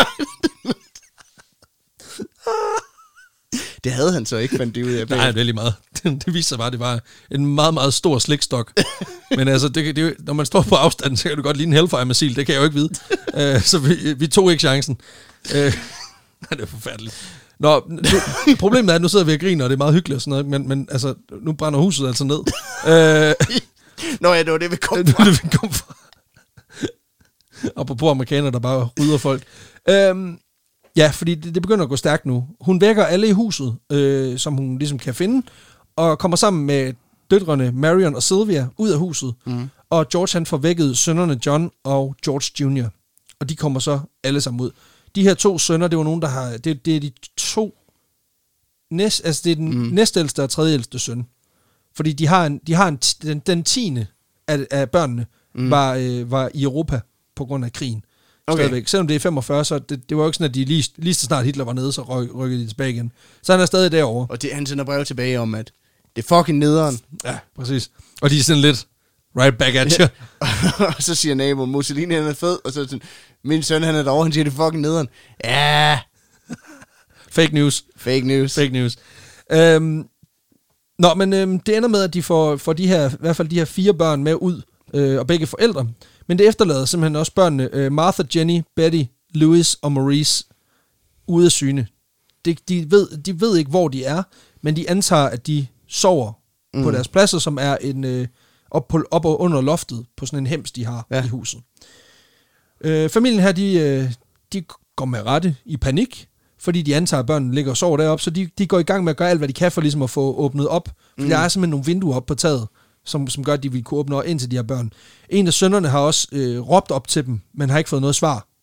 Det havde han så ikke, fandt det ud af. Nej, det er lige meget. Det, det viser sig bare, at det var en meget, meget stor slikstok. Men altså, det, det, når man står på afstand, så kan du godt lide en Hellfire-missil. Det kan jeg jo ikke vide. Uh, så vi, vi tog ikke chancen. Uh, det er forfærdeligt. Nå, nu, problemet er, at nu sidder vi og griner, og det er meget hyggeligt og sådan noget, men, men altså, nu brænder huset altså ned. uh, Nå ja, det var det, vi kom fra. Det, vi kom fra. Apropos amerikaner, der bare rydder folk. Uh, Ja, fordi det, det begynder at gå stærkt nu. Hun vækker alle i huset, øh, som hun ligesom kan finde, og kommer sammen med døtrene Marion og Sylvia ud af huset. Mm. Og George han får vækket sønnerne John og George junior Og de kommer så alle sammen ud. De her to sønner, det var nogen, der har... Det, det er de to... Næst, altså det er den mm. næstældste og tredjeældste søn. Fordi de har en... De har en den, den tiende af, af børnene mm. var, øh, var i Europa på grund af krigen. Okay. Stadigvæk. Selvom det er femogfyrre, så det, det var jo ikke sådan, at de lige, lige så snart Hitler var nede, så ryk, rykkede de tilbage igen. Så han er stadig derovre. Og det, han sender brev tilbage om, at det er fucking nederen. Ja, præcis. Og de er sådan lidt right back at you. Og så siger naboen, Mussolini han er fed, og så sådan, min søn han er derovre, han siger, det er fucking nederen. Ja. Fake news. Fake news. Fake news. Øhm, nå, men øhm, det ender med, at de får, får de her, i hvert fald de her fire børn med ud, øh, og begge forældre. Men det efterlader simpelthen også børnene, øh, Martha, Jenny, Betty, Louis og Maurice, ude af syne. De, de, ved, de ved ikke, hvor de er, men de antager, at de sover mm. på deres pladser, som er en, øh, op, på, op og under loftet på sådan en hems, de har ja. i huset. Øh, familien her, de, øh, de går med rette i panik, fordi de antager, at børnene ligger og sover deroppe, så de, de går i gang med at gøre alt, hvad de kan for ligesom at få åbnet op. For mm. der er simpelthen nogle vinduer op på taget, som, som gør, at de vil kunne åbne ind til de her børn. En af sønnerne har også øh, råbt op til dem, men har ikke fået noget svar.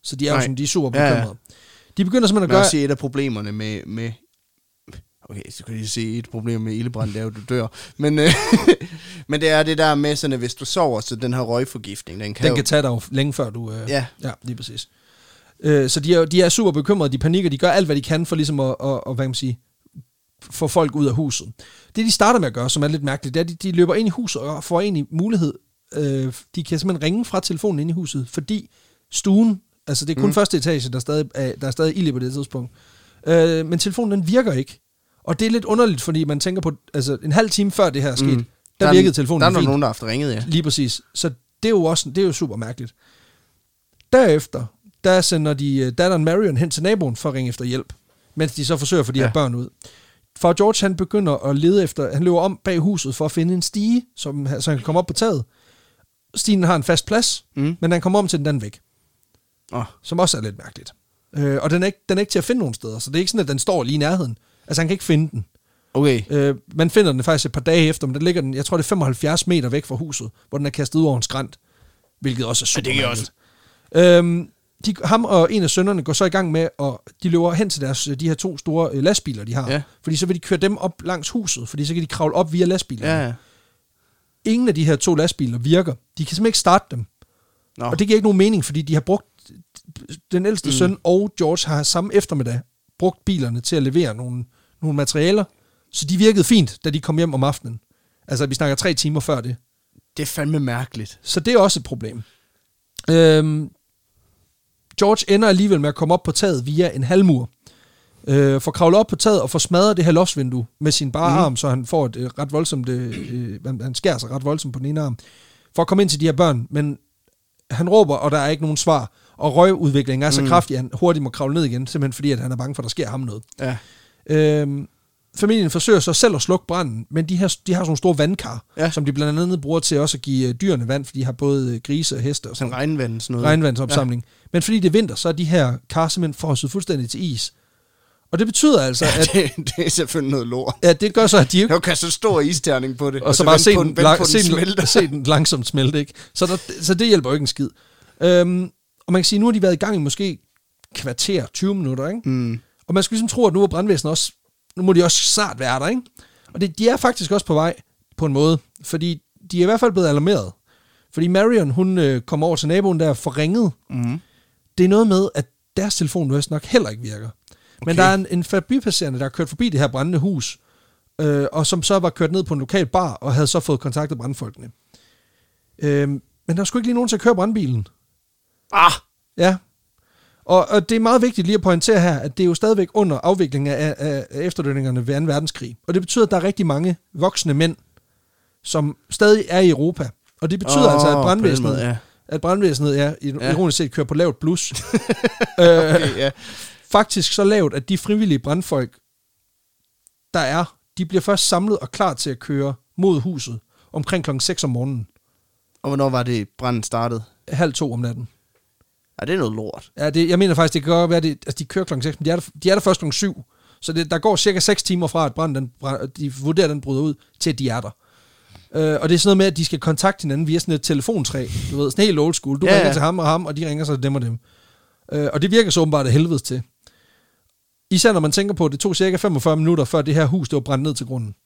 Så de er jo sådan, de er super bekymrede. Ja, ja. De begynder simpelthen at gøre... Man kan se et af problemerne med... med okay, så kan jeg se et problem med ildebrand, det er jo, du dør. Men, øh, men det er det der med, sådan, at hvis du sover, så den her røgforgiftning, den kan Den jo... kan tage dig jo længe før du... Øh, ja. Ja, lige præcis. Øh, så de er, de er super bekymrede, de panikker, de gør alt, hvad de kan for ligesom at, at, at hvad kan man sige, få folk ud af huset. Det, de starter med at gøre, som er lidt mærkeligt, det er, at de, de løber ind i huset og får egentlig mulighed. Øh, de kan simpelthen ringe fra telefonen ind i huset, fordi stuen, altså det er kun mm. første etage, der er stadig, der er stadig ild i på det tidspunkt. Øh, men telefonen, den virker ikke. Og det er lidt underligt, fordi man tænker på, altså en halv time før det her er sket, mm. der, der virkede telefonen Der er fint. nogen, der har haft ringet, ja. Lige præcis. Så det er jo også, det er jo super mærkeligt. Derefter, der sender de datteren Marion hen til naboen for at ringe efter hjælp, mens de så forsøger at få de ja. her børn ud. For George, han begynder at lede efter, han løber om bag huset for at finde en stige, som, så han kan komme op på taget. Stigen har en fast plads, mm. men han kommer om til den anden væk. Oh. Som også er lidt mærkeligt. Øh, og den er, ikke, den er ikke til at finde nogen steder, så det er ikke sådan, at den står lige i nærheden. Altså, han kan ikke finde den. Okay. Øh, man finder den faktisk et par dage efter, men der ligger den, jeg tror, det er femoghalvfjerds meter væk fra huset, hvor den er kastet ud over en skrænt, hvilket også er super ja, det er også. Øhm, de, ham og en af sønnerne går så i gang med, og de løber hen til deres, de her to store øh, lastbiler, de har. Ja. Fordi så vil de køre dem op langs huset, fordi så kan de kravle op via lastbilerne. Ja, ja. Ingen af de her to lastbiler virker. De kan simpelthen ikke starte dem. Nå. Og det giver ikke nogen mening, fordi de har brugt, den ældste mm. søn og George har samme eftermiddag brugt bilerne til at levere nogle, nogle materialer, så de virkede fint, da de kom hjem om aftenen. Altså, vi snakker tre timer før det. Det er fandme mærkeligt. Så det er også et problem. Øhm, George ender alligevel med at komme op på taget via en halvmur. Øh, får kravlet op på taget og får smadret det her loftsvindue med sin bare mm. arm, så han får et øh, ret voldsomt, øh, han skærer sig ret voldsomt på den ene arm, for at komme ind til de her børn, men han råber, og der er ikke nogen svar, og røgudviklingen er så mm. kraftig, at han hurtigt må kravle ned igen, simpelthen fordi, at han er bange for, at der sker ham noget. Ja. Øhm, familien forsøger så selv at slukke branden, men de, her, de har sådan nogle store vandkar, ja. som de blandt andet bruger til også at give dyrene vand, fordi de har både grise og heste og sådan noget. Regnvand, sådan noget. Regnvandsopsamling. Ja. Men fordi det er vinter, så er de her kar simpelthen frosset fuldstændig til is. Og det betyder altså, ja, at... Det, det er selvfølgelig noget lort. Ja, det gør så, at de... Jeg kan så stor isterning på det. Og, og så, så bare se den, den, lang, se, den, se den langsomt smelte, ikke? Så, der, så det hjælper jo ikke en skid. Øhm, og man kan sige, nu har de været i gang i måske kvarter, tyve minutter, ikke? Mm. Og man skal ligesom tro, at nu er brandvæsenet også... Nu må de også snart være der, ikke? Og det, de er faktisk også på vej, på en måde. Fordi de er i hvert fald blevet alarmeret. Fordi Marion, hun øh, kommer over til naboen der og får ringet. Mm. Det er noget med, at deres telefon vist nok heller ikke virker. Okay. Men der er en, en forbipasserende, der har kørt forbi det her brændende hus, øh, og som så var kørt ned på en lokal bar, og havde så fået kontaktet brandfolkene. Øh, men der skulle ikke lige nogen til at køre brandbilen. Ah! Ja. Og, og det er meget vigtigt lige at pointere her, at det er jo stadigvæk under afviklingen af, af, af efterdønningerne ved anden verdenskrig. Og det betyder, at der er rigtig mange voksne mænd, som stadig er i Europa. Og det betyder oh, altså, at brandvæsenet, måde, ja. at brandvæsenet er, ja. ironisk set, kører på lavt blus. okay, ja. Faktisk så lavt, at de frivillige brandfolk, der er, de bliver først samlet og klar til at køre mod huset omkring klokken seks om morgenen. Og hvornår var det, branden startede? Halv to om natten. Ja, det er noget lort. Ja, det, jeg mener faktisk, det kan godt være, det, altså de kører klokken seks, men de er der, de er der først klokken syv. Så det, der går cirka seks timer fra, at branden, den, de vurderer, den bryder ud, til at de er der. Øh, og det er sådan noget med, at de skal kontakte hinanden via sådan et telefontræ. Du ved, sådan helt old school. Du ja, ringer ja. til ham og ham, og de ringer så til dem og dem. Øh, og det virker så åbenbart af helvedes til. Især når man tænker på, at det tog cirka femogfyrre minutter, før det her hus, det var brændt ned til grunden.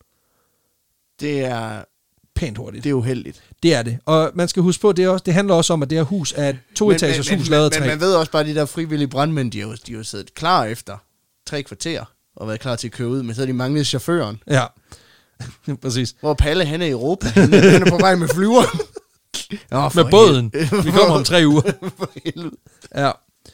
Det er... Pænt hurtigt. Det er uheldigt. Det er det. Og man skal huske på, at det, er også, det handler også om, at det her hus er et toetagers hus lavet af træ. Men man ved også bare, at de der frivillige brandmænd, de har jo, de har jo siddet klar efter tre kvarter, og været klar til at køre ud, men så har de manglet chaufføren. Ja, præcis. Hvor Palle, han er i Europa. Han er, han er på vej med flyveren. Nå, med båden. Vi kommer om tre uger. For helvede. Ja.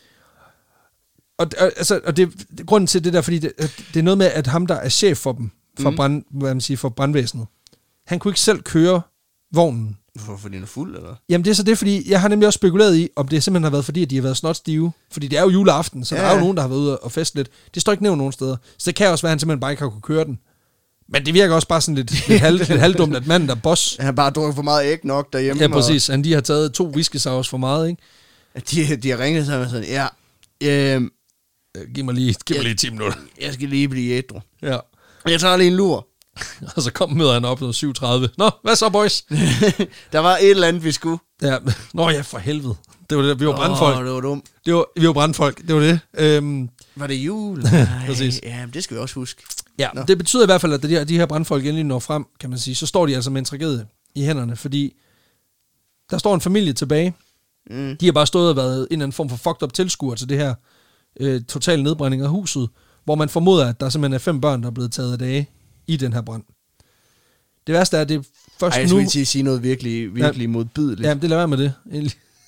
Og, altså, og det, grunden til det der, fordi det, det er noget med, at ham, der er chef for dem, for, mm. brand, hvad man siger, for brandvæsenet, han kunne ikke selv køre vognen. Hvorfor? Fordi den er fuld, eller? Jamen det er så det, fordi jeg har nemlig også spekuleret i, om det simpelthen har været fordi, at de har været snotstive. Fordi det er jo juleaften, så ja. der er jo nogen, der har været ude og feste lidt. Det står ikke nævnt nogen steder. Så det kan også være, at han simpelthen bare ikke har kunne køre den. Men det virker også bare sådan lidt, lidt, halv, lidt halvdumt, at manden der boss... Han har bare drukket for meget æg nok derhjemme. Ja, præcis. Han de har taget to whisky-sauce for meget, ikke? De, de har ringet sig og sådan, ja... Øh, giv mig lige, giv mig lige ti minutter. Jeg skal lige blive ædru. Ja. Jeg tager lige en lur. Og så kom møder han op på syv tredive. Nå, hvad så, boys? Der var et eller andet, vi skulle. Ja. Nå ja, for helvede. Det var det, vi var brandfolk. Åh, det var dumt. Det var, vi var brandfolk, det var det. Øhm, var det jul? Nej, præcis. Ja, det skal vi også huske. Ja, Nå. Det betyder i hvert fald, at de her, de her brandfolk endelig når frem, kan man sige, så står de altså med en tragedie i hænderne, fordi der står en familie tilbage. Mm. De har bare stået og været en eller anden form for fucked up tilskuer til det her øh, total nedbrænding af huset, hvor man formoder, at der simpelthen er fem børn, der er blevet taget af dage i den her brand. Det værste er, at det er først Ej, jeg nu... skulle til at sige noget virkelig, virkelig ja, modbydeligt. Ja, det lader være med det. Egentlig.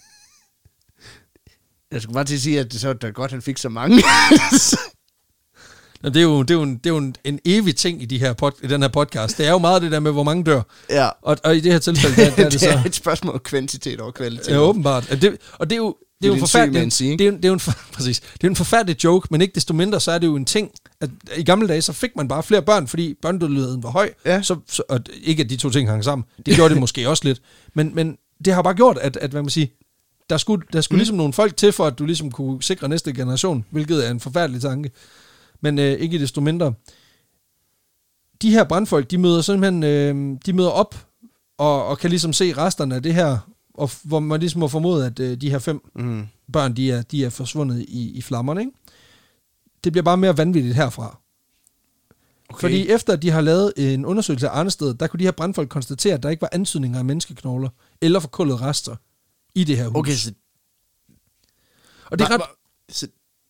Jeg skulle bare til at sige, at det så er godt, han fik så mange. Det er jo, det er jo, en, det er jo en, en evig ting i, de her pod, i den her podcast. Det er jo meget det der med, hvor mange dør. Ja. Og, og i det her tilfælde, der, der er det, det så... er et spørgsmål om kvantitet og kvalitet. Ja, åbenbart. Og det, og det er jo... Det er, det er jo forfærdeligt. Det er, det er jo en, præcis. Det er en forfærdelig joke, men ikke desto mindre, så er det jo en ting, at i gamle dage, så fik man bare flere børn, fordi børnedødeligheden var høj. Ja. Så, så, og ikke, at de to ting hang sammen. Det gjorde det måske også lidt. Men, men det har bare gjort, at, at hvad man siger, der skulle, der skulle mm. ligesom nogle folk til, for at du ligesom kunne sikre næste generation, hvilket er en forfærdelig tanke. Men øh, ikke desto mindre. De her brandfolk, de møder simpelthen, øh, de møder op, og, og kan ligesom se resterne af det her, og hvor man ligesom må formode, at øh, de her fem mm. børn, de er, de er forsvundet i, i flammerne, ikke? Det bliver bare mere vanvittigt herfra. Okay. Fordi efter at de har lavet en undersøgelse af Arnested, der kunne de her brandfolk konstatere, at der ikke var antydninger af menneskeknogler, eller forkullede rester i det her hus. Okay, så... Og det er ret... Så...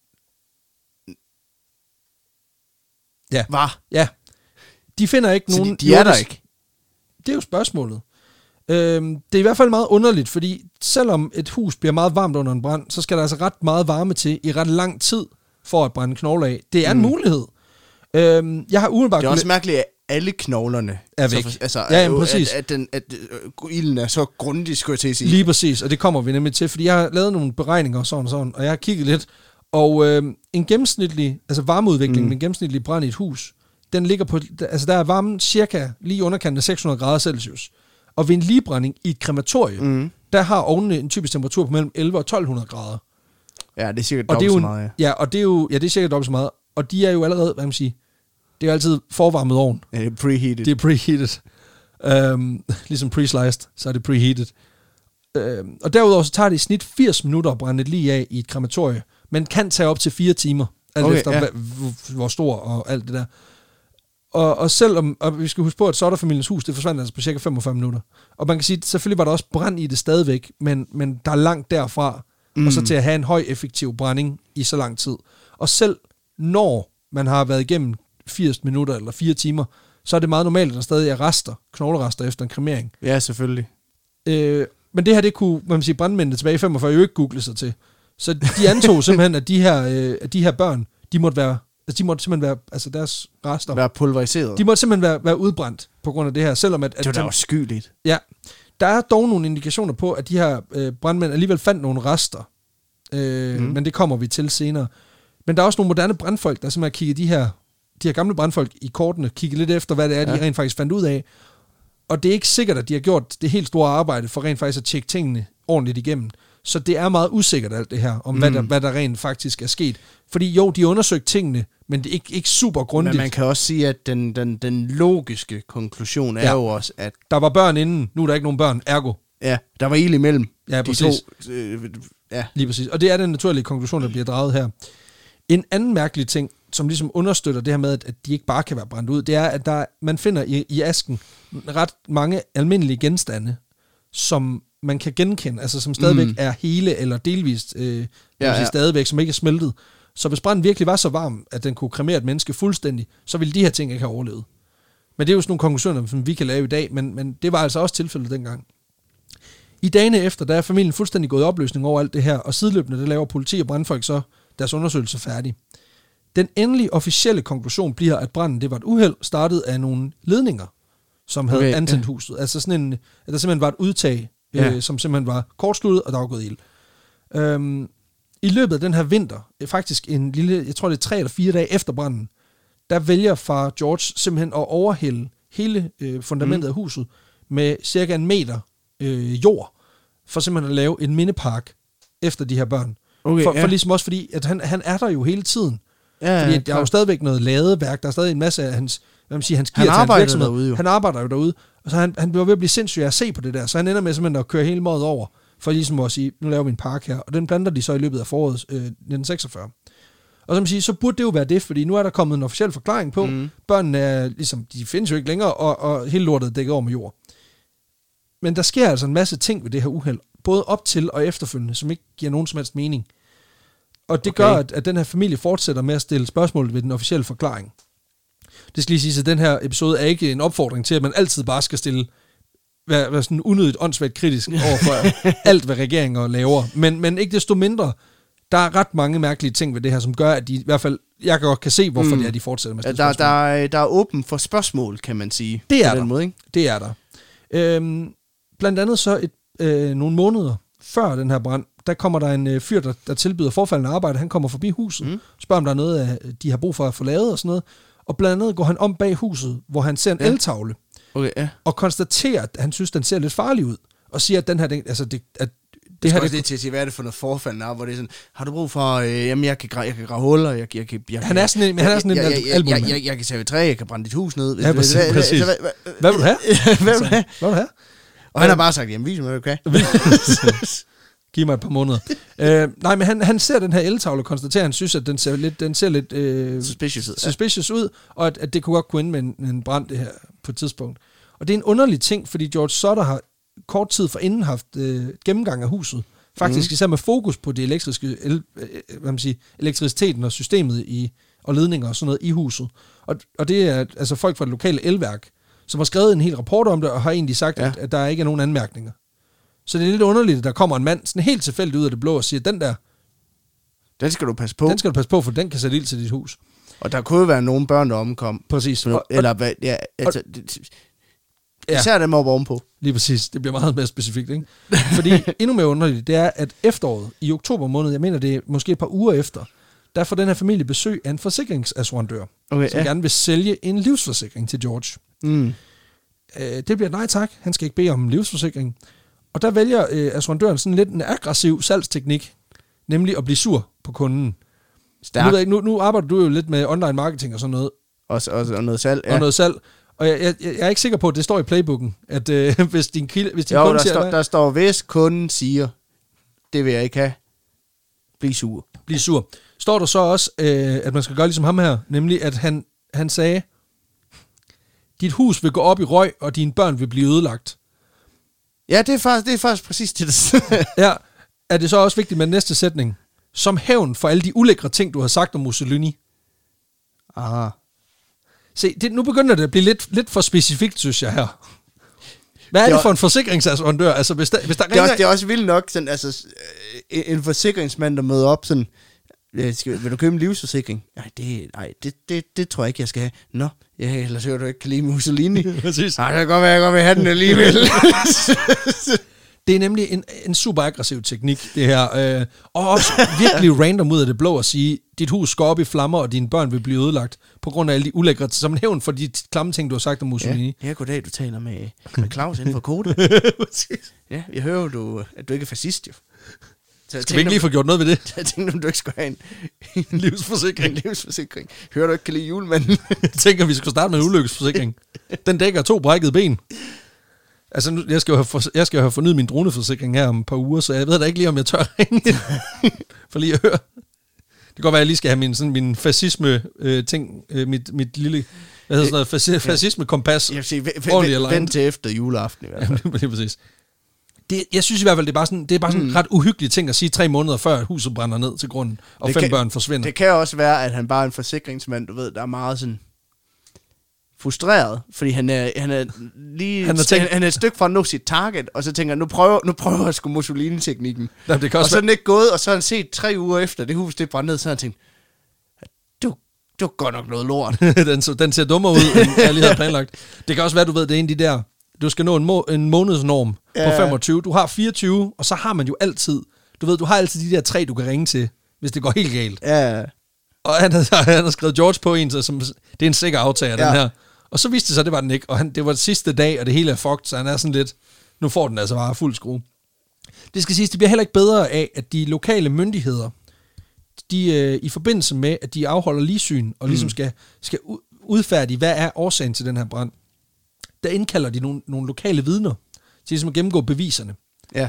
Ja. Hvad? Ja. De finder ikke så nogen... de, de er der ikke? Det er jo spørgsmålet. Øhm, det er i hvert fald meget underligt, fordi selvom et hus bliver meget varmt under en brand, så skal der altså ret meget varme til i ret lang tid for at brænde knogler af. Det er en mm. mulighed. Øhm, jeg har umiddelbart... Det er også mærkeligt, at alle knoglerne er væk. Så, altså, ja, jamen, præcis. At, at, den, at uh, ilden er så grundig, skulle jeg til at sige. Lige præcis, og det kommer vi nemlig til, fordi jeg har lavet nogle beregninger og sådan og sådan, og jeg har kigget lidt, og øh, en gennemsnitlig, altså varmeudvikling mm. med en gennemsnitlig brand i et hus, den ligger på, altså der er varmen cirka lige underkanten af seks hundrede grader Celsius. Og ved en ligebrænding i et krematorie, mm. der har ovnene en typisk temperatur på mellem elleve og tolv hundrede grader. Ja, det er sikkert dobbelt så meget, ja. Ja, og det er jo, ja, det er sikkert dobbelt så meget. Og de er jo allerede, hvad man siger, det er jo altid forvarmet ovn. Ja, det er preheated. Det er preheated. Um, ligesom pre-sliced, så er det preheated. Um, og derudover så tager det i snit firs minutter at brænde et lig af i et krematorie, men kan tage op til fire timer, alt okay, efter ja. hvor, hvor stor og alt det der. Og, og selvom, og vi skal huske på, at Sodder-familiens hus, det forsvandt altså på cirka femogfyrre minutter. Og man kan sige, at selvfølgelig var der også brand i det stadigvæk, men, men der er langt derfra, mm. og så til at have en høj effektiv brænding i så lang tid. Og selv når man har været igennem firs minutter eller fire timer, så er det meget normalt, at der stadig er rester, knoglerester efter en kremering. Ja, selvfølgelig. Øh, men det her, det kunne, man sige, brandmændene tilbage i femogfyrre jo ikke google sig til. Så de antog simpelthen, at de her, øh, at de her børn, de måtte være Altså, de måtte simpelthen være, altså deres rester... Være pulveriseret. De måtte simpelthen være, være udbrændt på grund af det her, selvom at... at det var da også skyldigt. Ja. Der er dog nogle indikationer på, at de her øh, brandmænd alligevel fandt nogle rester. Øh, mm. Men det kommer vi til senere. Men der er også nogle moderne brandfolk, der simpelthen har kigget de her, de her gamle brandfolk i kortene, kigget lidt efter, hvad det er, ja. de rent faktisk fandt ud af. Og det er ikke sikkert, at de har gjort det helt store arbejde for rent faktisk at tjekke tingene ordentligt igennem. Så det er meget usikkert alt det her, om mm. hvad, der, hvad der rent faktisk er sket. Fordi jo, de undersøgte tingene, men det er ikke, ikke super grundigt. Men man kan også sige, at den, den, den logiske konklusion er ja. jo også, at... Der var børn inden, nu er der ikke nogen børn, ergo. Ja, der var ild imellem ja, de to. Øh, ja. Lige præcis. Og det er den naturlige konklusion, der bliver draget her. En anden mærkelig ting, som ligesom understøtter det her med, at de ikke bare kan være brændt ud, det er, at der, man finder i, i asken ret mange almindelige genstande, som man kan genkende, altså som stadigvæk mm. er hele eller delvist øh, ja, ja. stadigvæk, som ikke er smeltet. Så hvis branden virkelig var så varm, at den kunne kremere et menneske fuldstændig, så ville de her ting ikke have overlevet. Men det er jo sådan nogle konklusioner, som vi kan lave i dag, men, men det var altså også tilfældet dengang. I dagene efter, der er familien fuldstændig gået i opløsning over alt det her, og sideløbende, der laver politi og brandfolk så deres undersøgelse færdig. Den endelige officielle konklusion bliver, at branden det var et uheld, startet af nogle ledninger, som havde okay, antændt ja. huset. Altså sådan en, at der simpelthen var et udtag, ja. øh, som simpelthen var kortsluttet, og der var gået ild. Øhm, I løbet af den her vinter, faktisk en lille, jeg tror det er tre eller fire dage efter branden, der vælger far George simpelthen at overhælde hele øh, fundamentet mm. af huset med cirka en meter øh, jord, for simpelthen at lave en mindepark efter de her børn. Okay, for, ja. for ligesom også fordi, at han, han er der jo hele tiden. Ja, fordi der er jo stadigvæk noget ladeværk, der er stadig en masse af hans, hvad man siger, hans gear han til hans virksomhed. Derude, han arbejder jo derude, og så han, han bliver ved at blive sindssyg af at se på det der, så han ender med simpelthen at køre hele måden over for ligesom at sige, nu laver vi en park her, og den planter de så i løbet af foråret øh, nitten seksogfyrre. Og som siger, så burde det jo være det, fordi nu er der kommet en officiel forklaring på, mm. børnene er ligesom, de findes jo ikke længere, og, og hele lortet er dækket over med jord. Men der sker altså en masse ting ved det her uheld, både op til og efterfølgende, som ikke giver nogen som helst mening. Og det okay. gør, at, at den her familie fortsætter med at stille spørgsmål ved den officielle forklaring. Det skal lige sige, at den her episode er ikke en opfordring til, at man altid bare skal stille, være, være sådan unødigt åndssvagt kritisk over for alt, hvad regeringer laver. Men, men ikke desto mindre, der er ret mange mærkelige ting ved det her, som gør, at de i hvert fald, jeg godt kan se, hvorfor mm. det er, de fortsætter med at stille der, spørgsmål. Der er, der er åben for spørgsmål, kan man sige. Det er den der. Måde, ikke? Det er der. Øhm, blandt andet så et, øh, nogle måneder før den her brand, der kommer der en øh, fyr, der, der tilbyder forfaldende arbejde. Han kommer forbi huset, mm. spørger, om der er noget, af, de har brug for at få lavet og sådan noget. Og blandt andet går han om bag huset, hvor han ser en ja. eltavle. Okay, ja. Og konstaterer, at han synes, den ser lidt farlig ud. Og siger, at den her, altså det, at det, det her det, det til at sige, hvad er det for noget forfaldende arbejde, hvor det er sådan, har du brug for, øh, jamen jeg kan, grave, jeg kan grave huller, jeg, jeg, jeg, jeg, han er sådan en, han er sådan en jeg, jeg, album. Jeg, jeg, jeg, jeg kan tage ved træ, jeg kan brænde dit hus ned. Ja, præcis. Hvad, præcis. hvad, hvad vil du have? Hvad vil du have? Hvad vil du have? Og han har bare sagt, jamen vis mig, hvad du kan. Giv mig et par måneder. øh, nej, men han, han ser den her eltavle og konstaterer, at han synes, at den ser lidt, den ser lidt øh, suspicious, ud, suspicious ja. ud, og at, at det kunne godt gå ind med en, en brand, det her, på et tidspunkt. Og det er en underlig ting, fordi George Sutter har kort tid forinden haft øh, gennemgang af huset. Faktisk mm. især med fokus på det elektriske, el, øh, hvad man siger, elektriciteten og systemet i, og ledninger og sådan noget i huset. Og, og det er altså folk fra det lokale elværk, som har skrevet en hel rapport om det, og har egentlig sagt, ja. at, at der ikke er nogen anmærkninger. Så det er lidt underligt, at der kommer en mand sådan helt tilfældigt ud af det blå og siger, den der, den skal du passe på. Den skal du passe på, for den kan sætte ild til dit hus. Og der kunne jo være nogle børn, der omkom. Præcis. Og, eller hvad, ja, altså, og, det, især ja. dem op ovenpå. Lige præcis. Det bliver meget mere specifikt, ikke? Fordi endnu mere underligt, det er, at efteråret, i oktober måned, jeg mener, det er måske et par uger efter, der får den her familie besøg af en forsikringsassurandør, okay, som ja. gerne vil sælge en livsforsikring til George. Mm. Øh, det bliver nej tak. Han skal ikke bede om en livsforsikring. Og der vælger øh, assurandøren sådan lidt en aggressiv salgsteknik, nemlig at blive sur på kunden. Nu, ved jeg, nu, nu arbejder du jo lidt med online marketing og sådan noget. Også, også, og noget salg, ja. Og noget salg. Og jeg, jeg, jeg er ikke sikker på, at det står i playbooken, at øh, hvis din, kilde, hvis din jo, kunde der siger... Står, der står, hvis kunden siger, det vil jeg ikke have, bliv sur. Bliv sur. Står der så også, øh, at man skal gøre ligesom ham her, nemlig at han, han sagde, dit hus vil gå op i røg, og dine børn vil blive ødelagt. Ja, det er faktisk, det er faktisk præcis det. Ja, er det så også vigtigt med den næste sætning? Som hævn for alle de ulækre ting, du har sagt om Mussolini. Aha. Se, det, nu begynder det at blive lidt, lidt for specifikt, synes jeg her. Hvad er det, det for en forsikringsassurandør? Altså, hvis der, hvis der det, er ringer... også, det er også vildt nok, sådan, altså, en forsikringsmand, der møder op sådan, skal, vil du købe en livsforsikring? Nej, det, nej det, det, det tror jeg ikke, jeg skal have. Nå, ja, ellers hører du ikke kan lide Mussolini. Præcis. Nej, det kan godt være, jeg godt vil have den alligevel. Det er nemlig en, en super aggressiv teknik, det her. Øh, og også virkelig random ud af det blå at sige, dit hus går op i flammer, og dine børn vil blive ødelagt, på grund af alle de ulækre, som en hævn for de klamme ting, du har sagt om Mussolini. Ja, ja goddag, du taler med, med Claus inden for Kode. Ja, jeg hører jo, du, at du ikke er fascist, jo. Så skal vi ikke lige få gjort noget ved det? Jeg tænkte, om du ikke skulle have en, en livsforsikring. En livsforsikring. Hører du ikke kan lide julemanden? Jeg tænker, vi skal starte med en ulykkesforsikring. Den dækker to brækkede ben. Altså, nu, jeg, skal jo have for, jeg skal jo have fornyet min droneforsikring her om et par uger, så jeg ved da ikke lige, om jeg tør ringe. For lige at høre. Det kan godt være, at jeg lige skal have min, sådan, min fascisme-ting, øh, øh, mit, mit lille, hvad hedder sådan noget, fascisme-kompas. Jeg vil sige, vent til efter juleaften i hvert fald. Ja, det er præcis. Det, jeg synes i hvert fald, det er bare sådan, det er bare sådan en mm. ret uhyggelig ting at sige tre måneder før huset brænder ned til grunden, og det fem kan, børn forsvinder. Det kan også være, at han bare er en forsikringsmand, du ved, der er meget sådan frustreret, fordi han er, han er lige han er, tænkt, han, han er et stykke fra at nå sit target, og så tænker han, nu prøver, nu prøver jeg sgu Mussolini-teknikken. Jamen, det kan og så er den være... ikke gået, og så har han set tre uger efter, det hus det brændte ned, så har han tænkt, du, du er godt nok noget lort. den, den ser dummere ud, end jeg lige havde planlagt. Det kan også være, du ved, det er en af de der, du skal nå en, må, en månedsnorm ja. på femogtyve. Du har fireogtyve, og så har man jo altid, du ved, du har altid de der tre, du kan ringe til, hvis det går helt galt. Ja. Og han har, han har skrevet George på en, så som, det er en sikker aftager, ja. den her. Og så viste det sig, det var den ikke, og han, det var det sidste dag, og det hele er fucked, så han er sådan lidt, nu får den altså bare fuld skrue. Det skal siges, det bliver heller ikke bedre af, at de lokale myndigheder, de øh, i forbindelse med, at de afholder ligsyn, og ligesom mm. skal, skal udfærdige, hvad er årsagen til den her brand, der indkalder de nogle, nogle lokale vidner, til ligesom at gennemgå beviserne. Ja.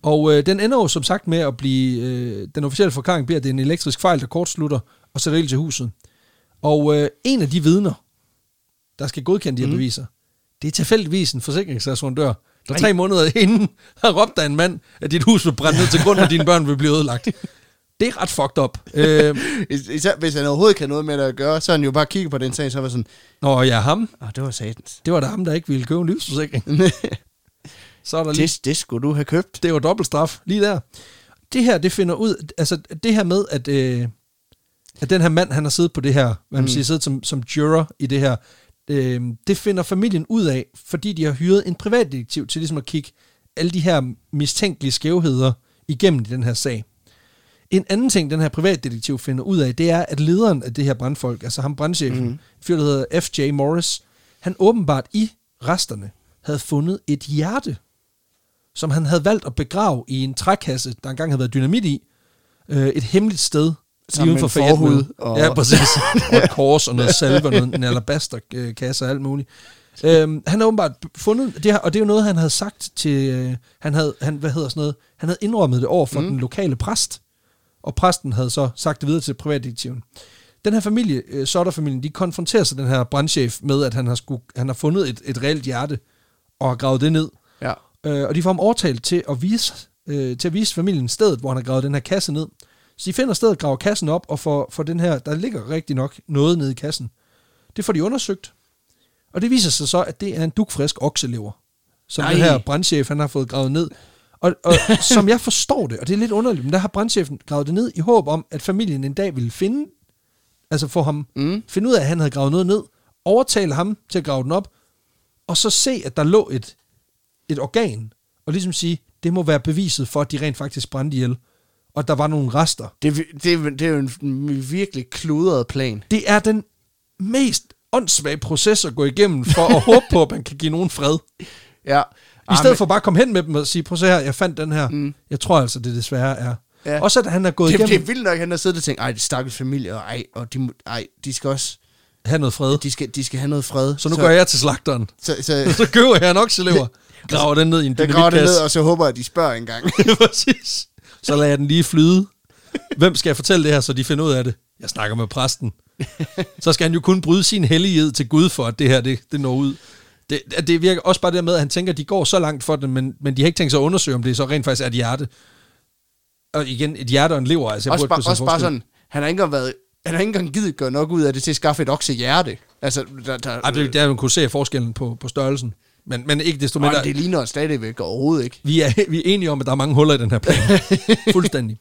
Og øh, den ender jo som sagt med at blive, øh, den officielle forklaring bliver, at det er en elektrisk fejl, der kortslutter og sætter ild til huset. Og øh, en af de vidner, der skal godkende de her mm. beviser, det er tilfældigvis en forsikringsrestaurantør, der tre måneder inden har råbt af en mand, at dit hus vil brænde ned til grund, og dine børn vil blive ødelagt. Det er ret fucked up. Øh, Især, hvis han overhovedet kan noget med det at gøre, så han jo bare kigger på den sag, så var sådan... Nå ja, ham. Åh, det var satans. Det var da ham, der ikke ville købe en livsforsikring. Så er der lige... det, det skulle du have købt. Det var dobbeltstraf, lige der. Det her, det finder ud... Altså, det her med, at, øh, at den her mand, han har siddet på det her, hvad man mm. siger, siddet som, som juror i det her, øh, det finder familien ud af, fordi de har hyret en privatdetektiv til ligesom at kigge alle de her mistænkelige skævheder igennem i den her sag. En anden ting, den her privatdetektiv finder ud af, det er, at lederen af det her brandfolk, altså ham brandchefen, mm. fyr, der hedder F J Morris, han åbenbart i resterne havde fundet et hjerte, som han havde valgt at begrave i en trækasse, der engang havde været dynamit i, øh, et hemmeligt sted, lige uden for forhud. Og... Ja, præcis. Og et kors og noget salve og noget, en alabasterkasse og alt muligt. Øhm, han har åbenbart fundet det her, og det er jo noget, han havde sagt til, øh, han havde, han, hvad hedder sådan noget, han havde indrømmet det over for mm. den lokale præst, og præsten havde så sagt det videre til privatdetektiven. Den her familie, øh, Sutter-familien, de konfronterer sig den her brandchef med, at han har, sku, han har fundet et, et reelt hjerte, og har gravet det ned. Ja. Øh, og de får ham overtalt til at vise, øh, til at vise familien stedet, hvor han har gravet den her kasse ned. Så de finder stedet, graver kassen op, og får, får den her, der ligger rigtig nok noget nede i kassen. Det får de undersøgt. Og det viser sig så, at det er en dugfrisk okselever, som Nej. den her brandchef, han har fået gravet ned. Og, og som jeg forstår det, og det er lidt underligt, men der har brandchefen gravet det ned i håb om, at familien en dag ville finde, altså få ham, mm. finde ud af, at han havde gravet noget ned, overtale ham til at grave den op, og så se, at der lå et, et organ, og ligesom sige, det må være beviset for, at de rent faktisk brændte ihjel, og der var nogle rester. Det, det, det er jo en virkelig kludret plan. Det er den mest åndssvage proces at gå igennem, for at håbe på, at man kan give nogen fred. Ja. I stedet for bare at komme hen med dem og sige, prøv at se her, jeg fandt den her. Mm. Jeg tror altså, det desværre er. Ja. Også at han er gået det, igennem... Det er vildt nok, at han har siddet og tænkt, ej, de stakkels familie, og ej, og de, ej, de skal også... Have noget fred. De skal, de skal have noget fred. Så nu så, går jeg til slagteren. Så, så, så køber jeg en okselever, graver den ned i en dynamitkasse. Jeg graver den ned, og så håber jeg, at de spørger en gang. Præcis. Så lader jeg den lige flyde. Hvem skal jeg fortælle det her, så de finder ud af det? Jeg snakker med præsten. Så skal han jo kun bryde sin hellighed til Gud for, at det her, det, det når ud. Det, det virker også bare det med, at han tænker, at de går så langt for det, men, men de har ikke tænkt sig at undersøge, om det så rent faktisk er et hjerte. Og igen, et hjerte og en lever. Altså, jeg også burde bare, også bare sådan, han har ikke engang været... Han har ikke engang givet gøre nok ud af det til at skaffe et oksehjerte. Altså, der, der, Ej, det er jo kunne se forskellen på, på størrelsen. Men, men ikke desto mindre... Det ligner stadigvæk overhovedet ikke. Vi er, vi er enige om, at der er mange huller i den her plan. Fuldstændig.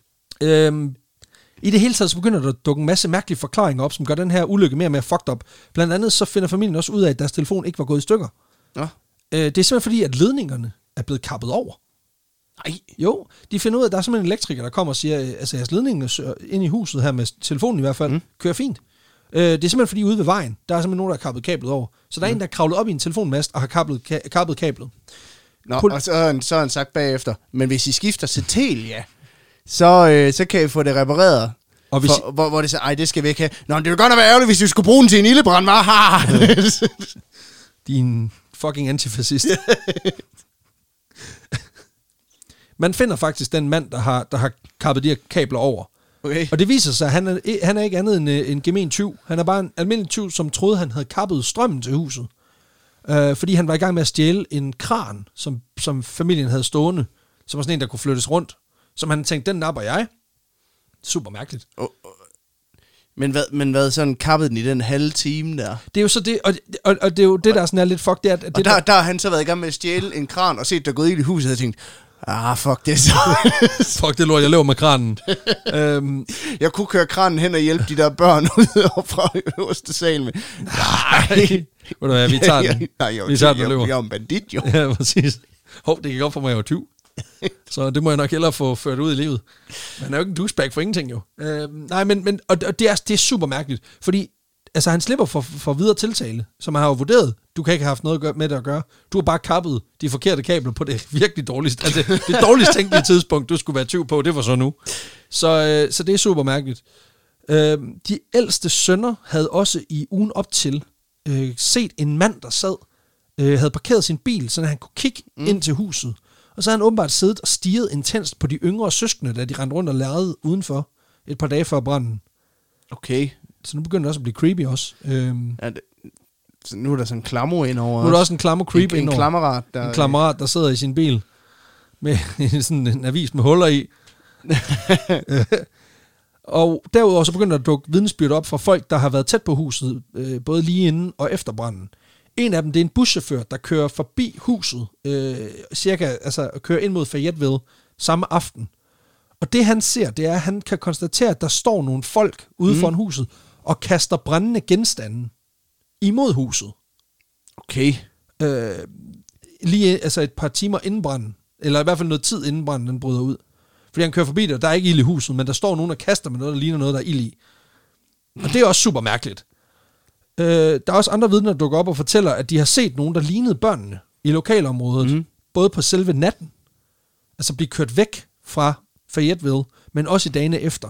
Øhm, I det hele taget så begynder der at dukke en masse mærkelige forklaringer op, som gør den her ulykke mere og mere fucked up. Blandt andet så finder familien også ud af, at deres telefon ikke var gået i stykker. Ja. Øh, det er simpelthen fordi, at ledningerne er blevet kappet over. Nej. Jo, de finder ud af, at der er simpelthen en elektriker, der kommer og siger, altså jeres ledninger ind i huset her med telefonen i hvert fald, mm. kører fint. Øh, det er simpelthen fordi ude ved vejen, der er simpelthen nogen, der har kappet kablet over. Så der er mm. en, der er kravlet op i en telefonmast og har kappet, ka- kappet kablet. Nå, Pol- og så har, han, så har han sagt bagefter, men hvis I skifter til Telia, så, øh, så kan I få det repareret. Og hvis For, I... hvor, hvor det så, ej, det skal vi ikke have. Nå, det ville godt være ærgerligt, hvis vi skulle bruge den til en ildebrand, var. Din fucking antifascist. Man finder faktisk den mand, der har, der har kappet de her kabler over. Okay. Og det viser sig, at han er, han er ikke andet end en gemen tyv. Han er bare en almindelig tyv, som troede, han havde kappet strømmen til huset. Uh, fordi han var i gang med at stjæle en kran, som, som familien havde stående, som var sådan en, der kunne flyttes rundt. Som han tænkte, den napper jeg. Super mærkeligt. Oh, oh. Men hvad, men hvad sådan kappede den i den halve time der? Det er jo så det, og, og, og det er jo det, der sådan er lidt fuck. Det er, det og der, der, der har han så været i gang med at stjæle en kran, og set, der gået ind i huset, og tænkt, ah, fuck det så. Fuck det lort, jeg lever med kranen. um, jeg kunne køre kranen hen og hjælpe de der børn ud fra øverste sal med. Nej. Ved du hvad, vi tager den. Nej, jeg, vi tager den, jeg, jeg, jeg er en bandit, jo. Ja, præcis. Hov, det gik op for mig, jeg var tyv. Så det må jeg nok hellere få ført ud i livet. Men han er jo ikke en douchebag for ingenting, jo. Uh, nej, men, men og det, er, det er super mærkeligt, fordi altså, han slipper for, for videre tiltale, som han har jo vurderet. Du kan ikke have haft noget med det at gøre. Du har bare kappet de forkerte kabler på det virkelig dårligste, altså det dårligst tænkelige tidspunkt, du skulle være tyv på, det var så nu. Så, uh, så det er super mærkeligt. Uh, de ældste sønner havde også i ugen op til uh, set en mand, der sad, uh, havde parkeret sin bil, så han kunne kigge mm. ind til huset. Og Og så havde han åbenbart siddet og stirret intenst på de yngre søskende, da de rendte rundt og lærrede udenfor et par dage før branden. Okay. Så nu begynder det også at blive creepy også. Øhm, ja, det, så nu er der sådan en klammer indover. Nu er der også en klammer creep en, indover. En klammerat, der... En klammerat, der sidder i sin bil med sådan en avis med huller i. Og derudover så begynder der at dukke vidnesbyrd op fra folk, der har været tæt på huset, øh, både lige inden og efter branden. En af dem, det er en buschauffør, der kører forbi huset, øh, cirka, altså kører ind mod Fayetteville samme aften. Og det han ser, det er, at han kan konstatere, at der står nogle folk ude foran mm. huset og kaster brændende genstande imod huset. Okay. Øh, lige altså et par timer inden branden, eller i hvert fald noget tid inden branden den bryder ud. Fordi han kører forbi det, og der er ikke ild i huset, men der står nogen, der kaster med noget, der ligner noget, der er ild i. Og det er også super mærkeligt. Øh, der er også andre vidner, der dukker op og fortæller, at de har set nogen, der lignede børnene i lokalområdet, mm. både på selve natten, altså blive kørt væk fra Fayetteville, men også i dagene efter.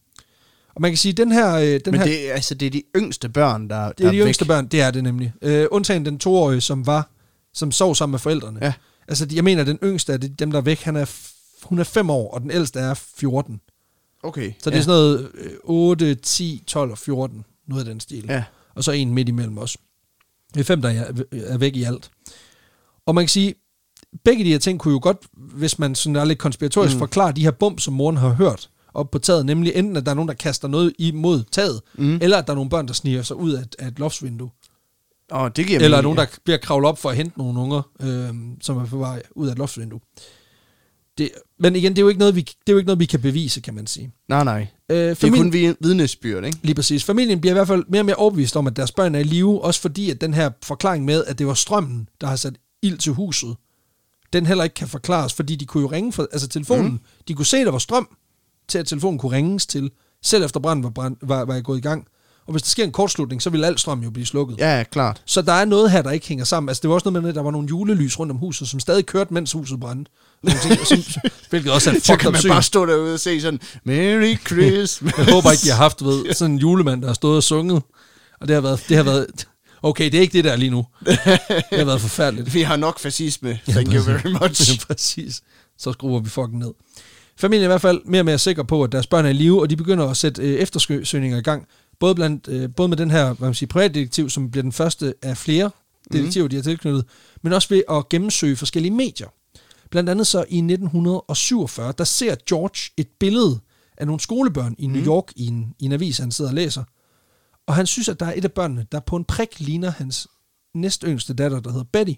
Og man kan sige, den her... Øh, den men her, det, altså, det er de yngste børn, der, det er der de er yngste væk. børn, det er det nemlig. Øh, undtagen den toårige, som var, som sov sammen med forældrene. Ja. Altså, jeg mener, den yngste af dem, der er væk, han er, hun er fem år, og den ældste er fjorten. Okay. Så det ja. er sådan noget øh, otte, ti, tolv og fjorten, noget af den stil. Ja. Og så en midt imellem os. Det er fem, der er, er væk i alt. Og man kan sige, begge de her ting kunne jo godt, hvis man sådan er lidt konspiratorisk, mm. forklare de her bump, som moren har hørt op på taget, nemlig enten, at der er nogen, der kaster noget imod taget, mm. eller at der er nogle børn, der sniger sig ud af et, af et loftsvindue. Oh, det giver eller mig, nogen, ja. der bliver kravlet op for at hente nogle unger, øh, som er på vej ud af et loftsvindue. Det, men igen, det er, jo ikke noget, vi, det er jo ikke noget, vi kan bevise, kan man sige. Nej, nej. Øh, familien, det er kun vidnesbyrd, ikke? Lige præcis. Familien bliver i hvert fald mere og mere overbevist om, at deres børn er i live, også fordi, at den her forklaring med, at det var strømmen, der har sat ild til huset, den heller ikke kan forklares, fordi de kunne jo ringe for, altså telefonen, mm. de kunne se, der var strøm, til at telefonen kunne ringes til, selv efter branden var, brand, var, var gået i gang. Og hvis der sker en kortslutning, så vil al strøm jo blive slukket. Ja, klart. Så der er noget her, der ikke hænger sammen. Altså det var også noget med, at der var nogle julelys rundt om huset, som stadig kørte, mens huset brændte. Ting, som, hvilket også er et så kan man syn. bare stå derude og se sådan, Merry Christmas. Jeg håber ikke, de har haft ved, sådan en julemand, der har stået og sunget. Og det har været, det har været okay, det er ikke det der lige nu. Det har været forfærdeligt. Vi har nok fascisme. Thank ja, you very much. Ja, præcis. Så skruer vi fucking ned. Familien er i hvert fald mere og mere sikker på, at deres børn er i live, og de begynder at sætte øh, eftersøgninger i gang. Både, blandt, øh, både med den her hvad man siger, privatdetektiv, som bliver den første af flere detektiver, mm. de har tilknyttet, men også ved at gennemsøge forskellige medier. Blandt andet så i nitten syvogfyrre, der ser George et billede af nogle skolebørn i New York mm. i, en, i en avis, han sidder og læser. Og han synes, at der er et af børnene, der på en prik ligner hans næstyngste datter, der hedder Betty.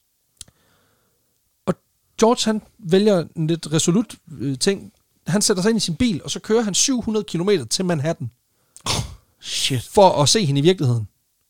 Og George, han vælger en lidt resolut øh, ting. Han sætter sig ind i sin bil, og så kører han syv hundrede kilometer til Manhattan. Oh, shit. For at se hende i virkeligheden.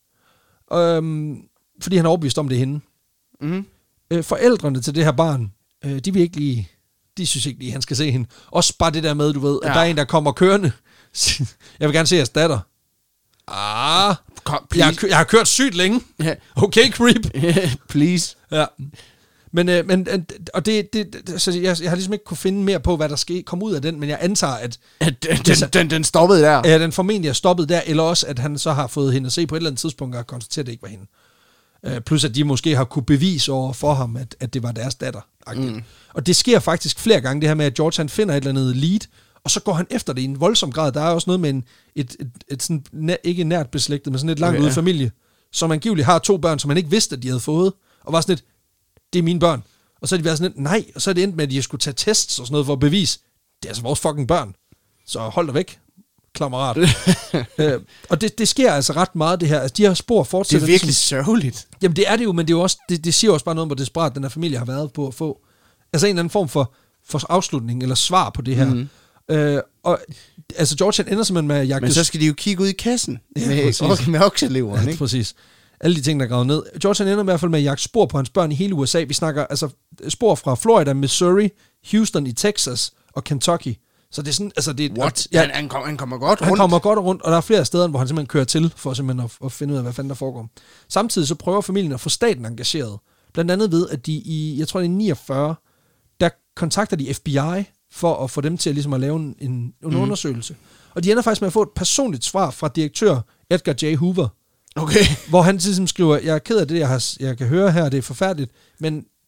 Øhm, fordi han er overbevist om det er hende. Mm. Øh, forældrene til det her barn, øh, de vil ikke lige, de synes ikke lige, han skal se hende. Også bare det der med, du ved, ja. at der er en, der kommer kørende. Jeg vil gerne se jeres datter. Ah, Kom, jeg, har, jeg har kørt sygt længe. Yeah. Okay, creep. Yeah, please. Ja. Men, øh, men og det, det, så jeg, jeg har ligesom ikke kunne finde mere på, hvad der skal komme ud af den, men jeg antager, at... at den, den, den, den stoppede der. Ja, den formentlig er stoppet der, eller også, at han så har fået hende at se på et eller andet tidspunkt, og konstateret, at det ikke var hende. Uh, plus, at de måske har kunne bevise over for ham, at, at det var deres datter. Mm. Og det sker faktisk flere gange, det her med, at George han finder et eller andet lead, og så går han efter det i en voldsom grad. Der er også noget med en, et, et, et sådan, næ, ikke nært beslægtet, men sådan et langt okay, ude ja. familie, som angiveligt har to børn, som han ikke vidste, at de havde fået, og var sådan et, det er mine børn. Og så er de været sådan et, nej, og så er det endt med, at de skulle tage tests og sådan noget for at bevise, det er altså vores fucking børn. Så hold dig væk, klammerat. øh, og det, det sker altså ret meget, det her. Altså, de her spor fortsætter. Det er virkelig sørgeligt. Jamen, det er det jo, men det, er jo også, det, det siger også bare noget om, hvor desperat den her familie har været på at få. Altså en eller anden form for, for afslutning eller svar på det her. Mm. Øh, og altså George ender simpelthen med at jagte... Men så skal de jo kigge ud i kassen ja, med, med okseleveren, ja, ikke? Præcis. Alle de ting, der er gravet ned. George ender i hvert fald med at jagte spor på hans børn i hele U S A. Vi snakker altså spor fra Florida, Missouri, Houston i Texas og Kentucky. Så det er sådan... Altså, det, What? Ja, han, han, kom, han kommer godt rundt? Han kommer godt rundt, og der er flere steder, hvor han simpelthen kører til, for simpelthen at, at finde ud af, hvad fanden der foregår. Samtidig så prøver familien at få staten engageret. Blandt andet ved, at de i, jeg tror det er niogfyrre, der kontakter de F B I for at få dem til at, ligesom at lave en, en, en mm. undersøgelse. Og de ender faktisk med at få et personligt svar fra direktør Edgar J. Hoover. Okay. Hvor han ligesom skriver, jeg er ked af det, jeg, har, jeg kan høre her, det er forfærdeligt, men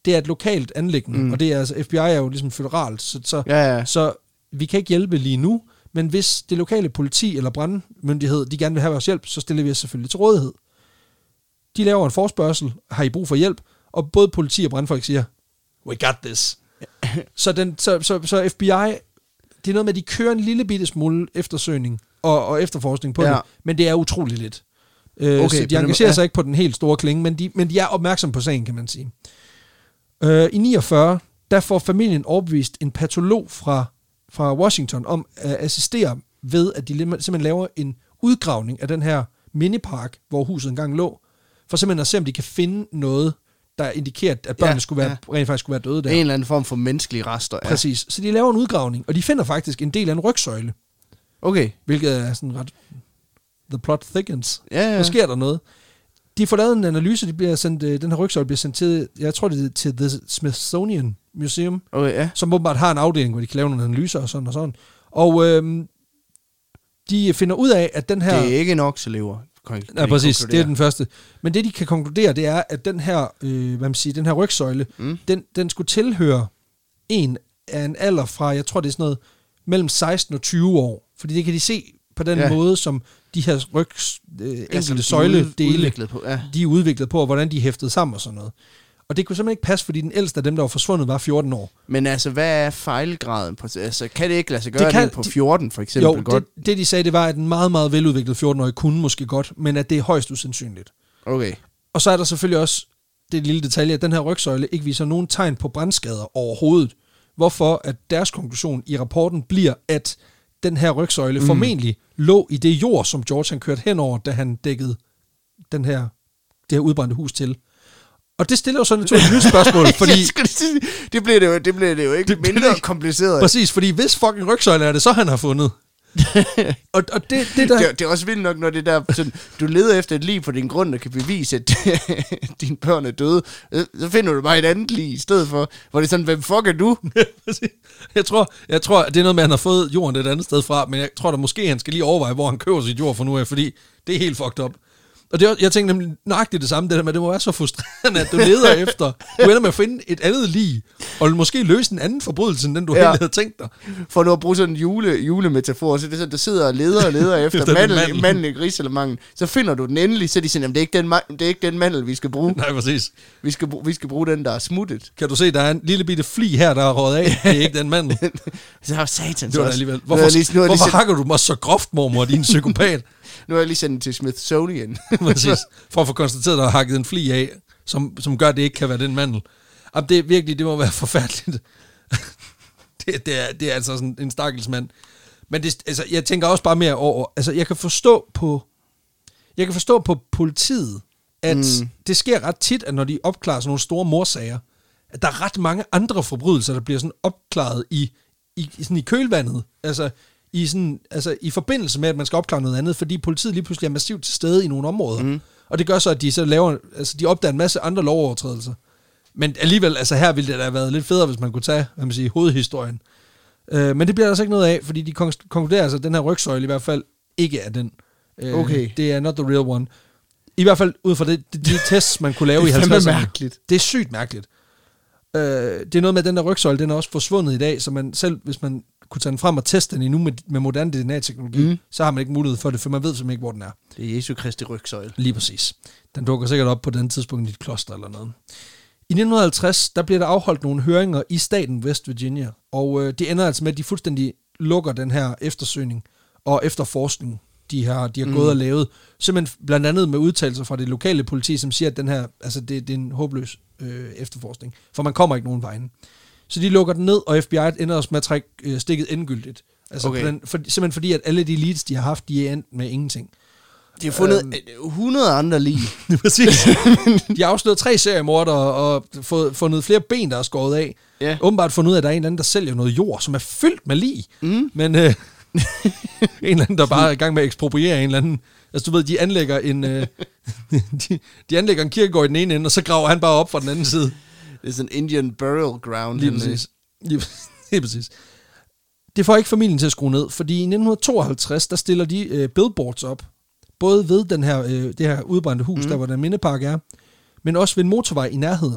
det er et lokalt anliggende, mm. og det er altså, F B I er jo ligesom føderalt, så, så, ja, ja. så vi kan ikke hjælpe lige nu, men hvis det lokale politi eller brandmyndighed, de gerne vil have vores hjælp, så stiller vi os selvfølgelig til rådighed. De laver en forespørgsel, har I brug for hjælp, og både politi og brandfolk siger, we got this. så, den, så, så, så F B I, det er noget med, at de kører en lille bitte smule eftersøgning og, og efterforskning på ja. det, men det er utroligt lidt. Øh, okay, så de engagerer ja. sig ikke på den helt store klinge, men de, men de er opmærksomme på sagen, kan man sige. Øh, I niogfyrre, der får familien overbevist en patolog fra, fra Washington om at assistere ved, at de simpelthen laver en udgravning af den her minipark, hvor huset engang lå, for simpelthen at se, om de kan finde noget, der indikerer, at børnene ja, skulle være, ja. rent faktisk skulle være døde der. En eller anden form for menneskelige rester. Ja. Præcis. Så de laver en udgravning, og de finder faktisk en del af en rygsøjle. Okay. Hvilket er sådan ret... The plot thickens. Ja, ja. Så sker der noget. De får lavet en analyse, de bliver sendt, den her rygsøjle bliver sendt til, jeg tror det er til The Smithsonian Museum, okay, ja. som åbenbart har en afdeling, hvor de kan lave nogle analyser og sådan og sådan. Og øhm, de finder ud af, at den her... Det er ikke en okselever. Ja, præcis. Det er den første. Men det, de kan konkludere, det er, at den her, øh, hvad man siger, den her rygsøjle, mm. den, den skulle tilhøre en af en alder fra, jeg tror det er sådan noget, mellem seksten og tyve år. Fordi det kan de se på den ja. måde, som de her rygs, øh, enkelte altså, søjledele, ja. de er udviklet på, og hvordan de er hæftet sammen og sådan noget. Og det kunne simpelthen ikke passe, fordi den ældste af dem, der var forsvundet, var fjorten år. Men altså, hvad er fejlgraden på? Altså, kan det ikke lade sig gøre det, kan, det på fjorten, for eksempel? Jo, godt? Det, det de sagde, det var, at en meget, meget veludviklet fjorten-årig kunne måske godt, men at det er højst usandsynligt. Okay. Og så er der selvfølgelig også det lille detalje, at den her rygsøjle ikke viser nogen tegn på brandskader overhovedet. Hvorfor at deres konklusion i rapporten bliver, at den her rygsøjle mm. formentlig lå i det jord, som George han kørte henover, da han dækkede den her, det her udbrændte hus til. Og det stiller jo sådan et nyt spørgsmål, fordi... det bliver det jo, det bliver det jo ikke det mindre det, kompliceret. Præcis, fordi hvis fucking rygsøjle er det, så han har fundet. og, og det, det, der... det, det er også vildt nok, når det der, sådan, du leder efter et lig på din grund, der kan bevise, at dine børn er døde. Så finder du bare et andet lig i stedet for, hvor det er sådan, hvem fuck er du? jeg tror, jeg tror, det er noget med, at han har fået jorden et andet sted fra, men jeg tror da måske, han skal lige overveje, hvor han køber sit jord for nu af, fordi det er helt fucked up. Og det, jeg tænkte nemlig nøjagtigt det samme, det der med, det må være så frustrerende, at du leder efter, du ender med at finde et andet lig, og måske løse en anden forbrydelse, end den du ja. helt havde tænkt dig. For nu at bruge sådan en jule, julemetafor, så det er sådan, der sidder og leder og leder efter mandel, mandel i griselemangen, så finder du den endelig, så de siger, det er ikke den, det er ikke den mandel, vi skal bruge. Nej, præcis. Vi skal, bruge, vi skal bruge den, der er smuttet. Kan du se, der er en lille bitte fli her, der er røget af, det er ikke den mandel. Så har satan det var alligevel. Hvorfor, lige, hvorfor lige hakker du mig så groft, mormor, din psykopat? Nu har jeg lige sendt den til Smithsonian. Præcis. For at få konstateret, at der har hakket en fli af, som, som gør, at det ikke kan være den mandel. Jamen, det er virkelig, det må være forfærdeligt. det, det, er, det er altså sådan en stakkels mand. Men det, altså, jeg tænker også bare mere over, altså jeg kan forstå på, jeg kan forstå på politiet, at mm. det sker ret tit, at når de opklarer sådan nogle store morsager, at der er ret mange andre forbrydelser, der bliver sådan opklaret i, i, sådan i kølvandet. Altså, i, sådan, altså, i forbindelse med, at man skal opklare noget andet, fordi politiet lige pludselig er massivt til stede i nogle områder. Mm. Og det gør så, at de så laver, altså de opdager en masse andre lovovertrædelser. Men alligevel, altså her ville det da have været lidt federe, hvis man kunne tage, hvad man siger, hovedhistorien. Øh, men det bliver der altså ikke noget af, fordi de konkluderer altså, at den her rygsøjle i hvert fald ikke er den. Øh, okay. Det er not the real one. I hvert fald ud fra det, de, de tests, man kunne lave i halvtredserne. Mærkeligt. Det er sygt mærkeligt. Øh, det er noget med, at den der rygsøjle, den er også forsvundet i dag, så man selv, hvis man kunne tage den frem og teste den endnu med, med moderne D N A-teknologi, mm. så har man ikke mulighed for det, for man ved simpelthen ikke, hvor den er. Det er Jesu Kristi rygsøjle. Lige præcis. Den dukker sikkert op på den tidspunkt i et kloster eller noget. I nitten halvtreds, der bliver der afholdt nogle høringer i staten West Virginia, og øh, det ender altså med, at de fuldstændig lukker den her eftersøgning og efterforskning, de har, de har mm. gået og lavet. Simpelthen blandt andet med udtalelser fra det lokale politi, som siger, at den her, altså det, det er en håbløs øh, efterforskning, for man kommer ikke nogen vejen. Så de lukker den ned, og F B I ender også med at trække øh, stikket endegyldigt. Altså okay. den, for, simpelthen fordi, at alle de leads, de har haft, de er endt med ingenting. De har fundet øhm, hundrede andre lig. Præcis. De har afsløret tre seriemordere og fået, fundet flere ben, der er skåret af. Yeah. Åbenbart fundet ud af, at der er en eller anden, der sælger noget jord, som er fyldt med lig. Mm. Men øh, en eller anden, der bare er i gang med at ekspropriere en eller anden. Altså du ved, de anlægger en, øh, de, de anlægger en kirkegård i den ene ende, og så graver han bare op fra den anden side. Det er sådan en Indian burial ground. Lige præcis. Lige, lige præcis. Det får ikke familien til at skrue ned, fordi i nitten tooghalvtreds, der stiller de øh, billboards op, både ved den her, øh, det her udbrændte hus, mm. der hvor den mindepark er, men også ved en motorvej i nærheden,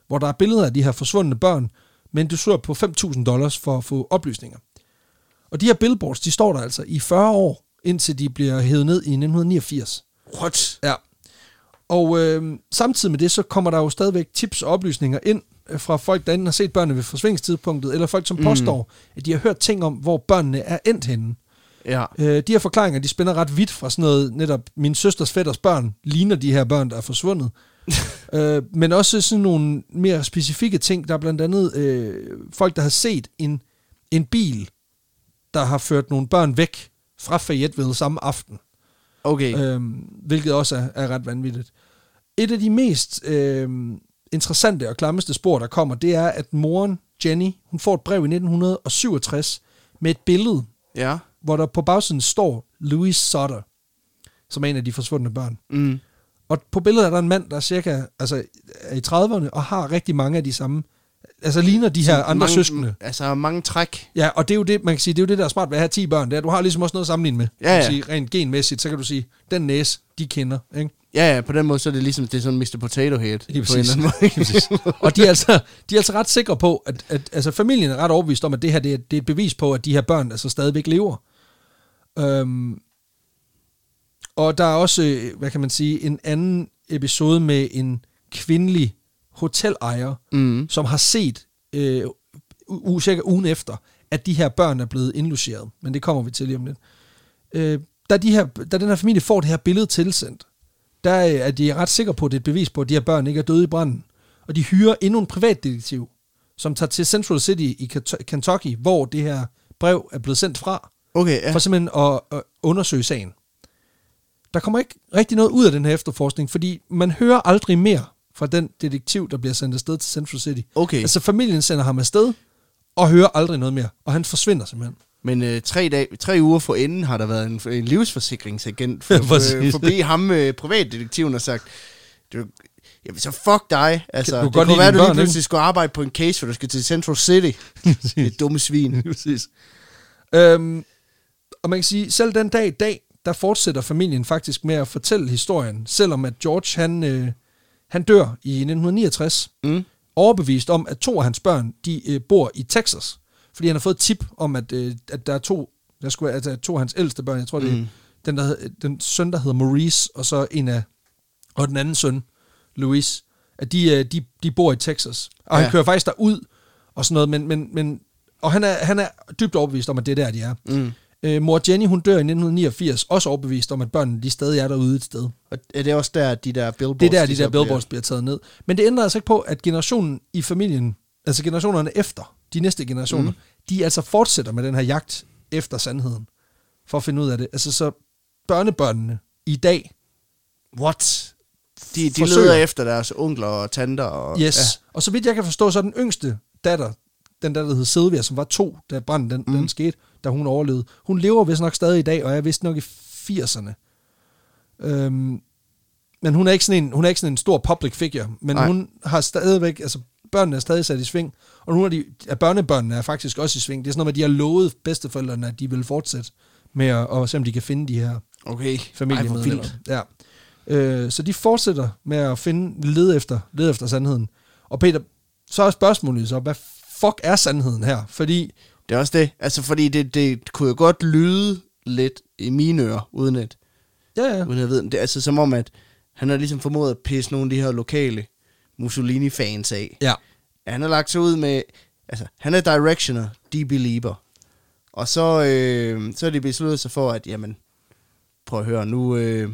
hvor der er billeder af de her forsvundne børn, men du søger på fem tusind dollars for at få oplysninger. Og de her billboards, de står der altså i fyrre år, indtil de bliver hævet ned i nitten niogfirs. What? Ja. Og øh, samtidig med det, så kommer der jo stadigvæk tips og oplysninger ind fra folk, der enten har set børnene ved forsvindingstidspunktet, eller folk, som mm. påstår, at de har hørt ting om, hvor børnene er endt henne. Ja. Øh, de her forklaringer, de spænder ret vidt fra sådan noget, netop min søsters fætters børn ligner de her børn, der er forsvundet. øh, men også sådan nogle mere specifikke ting. Der er blandt andet øh, folk, der har set en, en bil, der har ført nogle børn væk fra Fayetteville samme aften. Okay. Øh, hvilket også er, er ret vanvittigt. Et af de mest øh, interessante og klammeste spor, der kommer, det er, at moren, Jenny, hun får et brev i nitten syvogtres med et billede, ja. hvor der på bagsiden står Louise Sutter, som er en af de forsvundne børn. Mm. Og på billedet er der en mand, der er cirka altså, er i trediverne, og har rigtig mange af de samme, altså ligner de her andre mange, søskende. Altså mange træk. Ja, og det er jo det, man kan sige, det er jo det, der er smart ved at have ti børn. Det er, du har ligesom også noget at sammenligne med. Ja, ja. Sige, rent genmæssigt, så kan du sige, den næse, de kender, ikke? Ja, ja, på den måde, så er det ligesom, det er sådan mister Potato Head. Lige på en eller anden måde. Og de er, altså, de er altså ret sikre på, at, at altså, familien er ret overbevist om, at det her det er, det er et bevis på, at de her børn altså stadigvæk lever. Øhm, og der er også, hvad kan man sige, en anden episode med en kvindelig hotelejer, mm. som har set øh, u- cirka ugen efter, at de her børn er blevet indlogeret. Men det kommer vi til lige om lidt. Øh, da, de her, da den her familie får det her billede tilsendt, der er de ret sikre på, at det er et bevis på, at de her børn ikke er døde i branden. Og de hyrer endnu en privatdetektiv, som tager til Central City i Kentucky, hvor det her brev er blevet sendt fra. Okay, ja. For simpelthen at, at undersøge sagen. Der kommer ikke rigtig noget ud af den her efterforskning, fordi man hører aldrig mere fra den detektiv, der bliver sendt afsted til Central City. Okay. Altså familien sender ham afsted, og hører aldrig noget mere, og han forsvinder simpelthen. Men øh, tre, dag, tre uger forinden har der været en, en livsforsikringsagent for, for, forbi ham, øh, privatdetektiven, og sagt, du, ja, så fuck dig. Altså, det kunne være, at du lige pludselig skulle arbejde på en case, hvor du skal til Central City. Det er dumme svin. Præcis. Øhm, og man kan sige, selv den dag i dag, der fortsætter familien faktisk med at fortælle historien, selvom at George, han, øh, han dør i nitten niogtres, mm. overbevist om, at to af hans børn, de øh, bor i Texas. Fordi han har fået et tip om, at, øh, at der er to, der skulle, altså, to af hans ældste børn, jeg tror, mm. det er den, der, den søn, der hedder Maurice, og så en af, og den anden søn, Louis, at de, øh, de, de bor i Texas. Og ja. Han kører faktisk derud, og sådan noget, men, men, men og han er, han er dybt overbevist om, at det er der, de er. Mm. Øh, mor Jenny, hun dør i nitten niogfirs, også overbevist om, at børnene de stadig er derude et sted. Og er det også der, de der billboards... Det er der, de, de der billboards bliver taget ned. Men det ændrer altså ikke på, at generationen i familien, altså generationerne efter, de næste generationer, mm. de altså fortsætter med den her jagt efter sandheden, for at finde ud af det. Altså så børnebørnene i dag... What? De, de leder efter deres onkler og tanter og... Yes, ja. Og så vidt jeg kan forstå, så er den yngste datter, den der, der hed Sylvia, som var to, da branden den, mm. den skete, da hun overlevede. Hun lever vist nok stadig i dag, og er vist nok i firserne. Øhm, men hun er ikke sådan en, hun er ikke sådan en stor public figure, men Nej. Hun har stadigvæk, altså børnene er stadig sat i sving, og nogle af de af børnebørnene er faktisk også i sving. Det er sådan noget, at de har lovet bedsteforældrene, at de vil fortsætte med at, og se, om de kan finde de her okay. familiemedlemmer. Ja. Øh, så de fortsætter med at finde, lede efter, lede efter sandheden. Og Peter, så er spørgsmålet så, hvad fuck er sandheden her? Fordi... Det er også det. Altså, fordi det, det kunne jo godt lyde lidt i mine ører, uden at... Ja, ja. Uden at vide. Det er altså som om, at han har ligesom formået at pisse nogle af de her lokale Mussolini-fans af. Ja. Han har lagt sig ud med... Altså, han er directioner, de belieber. Og så, øh, så er de besluttet sig for, at, jamen... Prøv at høre, nu... Øh,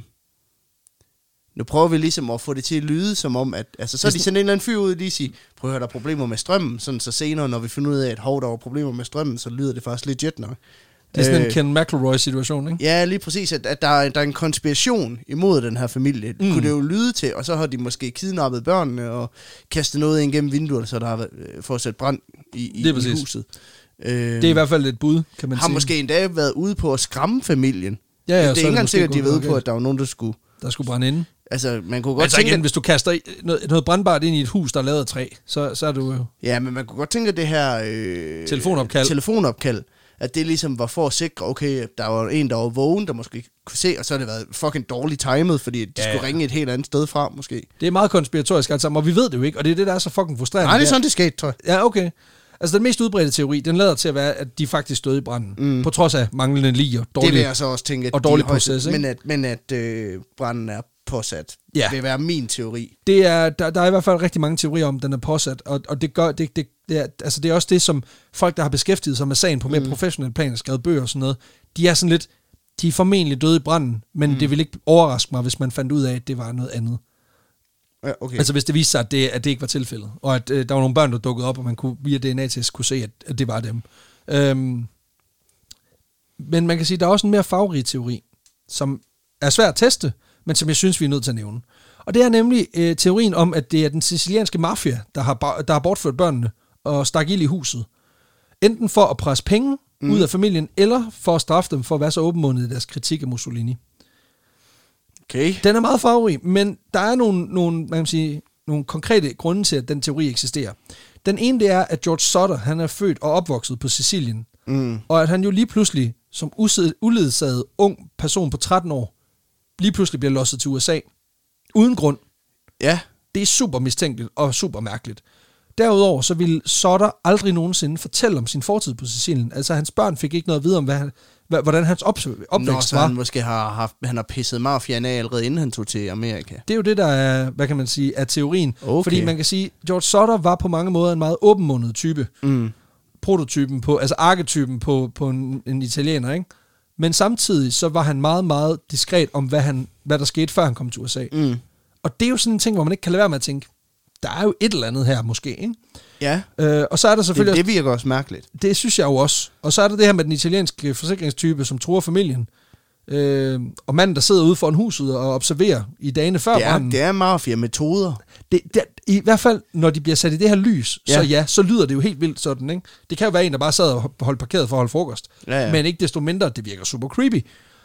Nu prøver vi ligesom at få det til at lyde som om, at altså, så er de sendt en eller anden fyr ud, og de siger, prøv at høre, der er problemer med strømmen, sådan så senere, når vi finder ud af, at hov, der var problemer med strømmen, så lyder det faktisk legit nok. Det er sådan øh, en Ken McElroy-situation, ikke? Ja, lige præcis, at, at der, er, der er en konspiration imod den her familie. Mm. Kunne det jo lyde til, og så har de måske kidnappet børnene og kastet noget ind gennem vinduerne, så der har øh, for at sætte brand i, i, i huset. Øh, det er i hvert fald et bud, kan man har sige. Har måske endda været ude på at skræmme familien. Ja, ja, det er ikke engang sikkert, at de ved okay. på, at der var nogen, der skulle... Der skulle brænde inde. Altså, man kunne godt altså tænke... igen, hvis du kaster noget, noget brandbart ind i et hus, der er lavet af træ, så, så er du jo... Ja, men man kunne godt tænke, at det her... Øh, telefonopkald. Telefonopkald at det ligesom var for at sikre, okay, der var en, der var vågen, der måske kunne se, og så har det været fucking dårligt timet, fordi de ja, skulle ringe et helt andet sted fra, måske. Det er meget konspiratorisk alt sammen, og vi ved det jo ikke, og det er det, der er så fucking frustrerende. Nej, det er sådan, det skete, tror jeg. Ja, okay. Altså, den mest udbredte teori, den lader til at være, at de faktisk stod i branden, mm. på trods af manglende lig og dårlig, det vil jeg så også tænke, at og dårlig proces, men at, men at øh, branden er påsat. Ja. Det vil være min teori. Det er, der, der er i hvert fald rigtig mange teorier om, den er påsat, og, og det, gør, det, det, det, er, altså det er også det, som folk, der har beskæftiget sig med sagen på mere mm. professionelle plan og skrevet bøger og sådan noget, de er sådan lidt, de er formentlig døde i branden, men mm. det vil ikke overraske mig, hvis man fandt ud af, at det var noget andet. Ja, okay. Altså hvis det viste sig, at det, at det ikke var tilfældet, og at øh, der var nogle børn, der dukkede op, og man kunne via D N A-test kunne se, at, at det var dem. Øhm, men man kan sige, at der er også en mere farverig teori, som er svær at teste, men som jeg synes, vi er nødt til at nævne. Og det er nemlig øh, teorien om, at det er den sicilianske mafia, der har, der har bortført børnene og stak ild i huset. Enten for at presse penge mm. ud af familien, eller for at straffe dem for at være så åbenmundet i deres kritik af Mussolini. Okay. Den er meget farverig, men der er nogle, nogle, man kan sige, nogle konkrete grunde til, at den teori eksisterer. Den ene, det er, at George Sutter, han er født og opvokset på Sicilien, mm. og at han jo lige pludselig, som uledsaget ung person på tretten år, lige pludselig bliver losset til U S A. Uden grund. Ja. Det er super mistænkeligt og super mærkeligt. Derudover så ville Sutter aldrig nogensinde fortælle om sin fortid på Sicilien. Altså hans børn fik ikke noget at vide om, hvad han, hvordan hans opvækst Nå, så var. han måske har haft, han har pisset mafiaen af allerede inden han tog til Amerika. Det er jo det, der er, hvad kan man sige, er teorien. Okay. Fordi man kan sige, George Sutter var på mange måder en meget åbenmundet type. Mm. Prototypen på, altså arketypen på, på en, en italiener, ikke? Men samtidig så var han meget, meget diskret om, hvad, han, hvad der skete, før han kom til U S A. Mm. Og det er jo sådan en ting, hvor man ikke kan lade være med at tænke, der er jo et eller andet her måske, ikke? Ja, øh, og så er der selvfølgelig det, det virker også mærkeligt. Det synes jeg jo også. Og så er der det her med den italienske forsikringstype, som truer familien. Øh, og manden, der sidder ude foran huset og observerer i dagene før det er, branden. Det er mafia-metoder. Det, det, I hvert fald, når de bliver sat i det her lys, ja. så ja, så lyder det jo helt vildt sådan, ikke? Det kan jo være en, der bare sad og holdt parkeret for at holde frokost. Ja, ja. Men ikke desto mindre, det virker super creepy.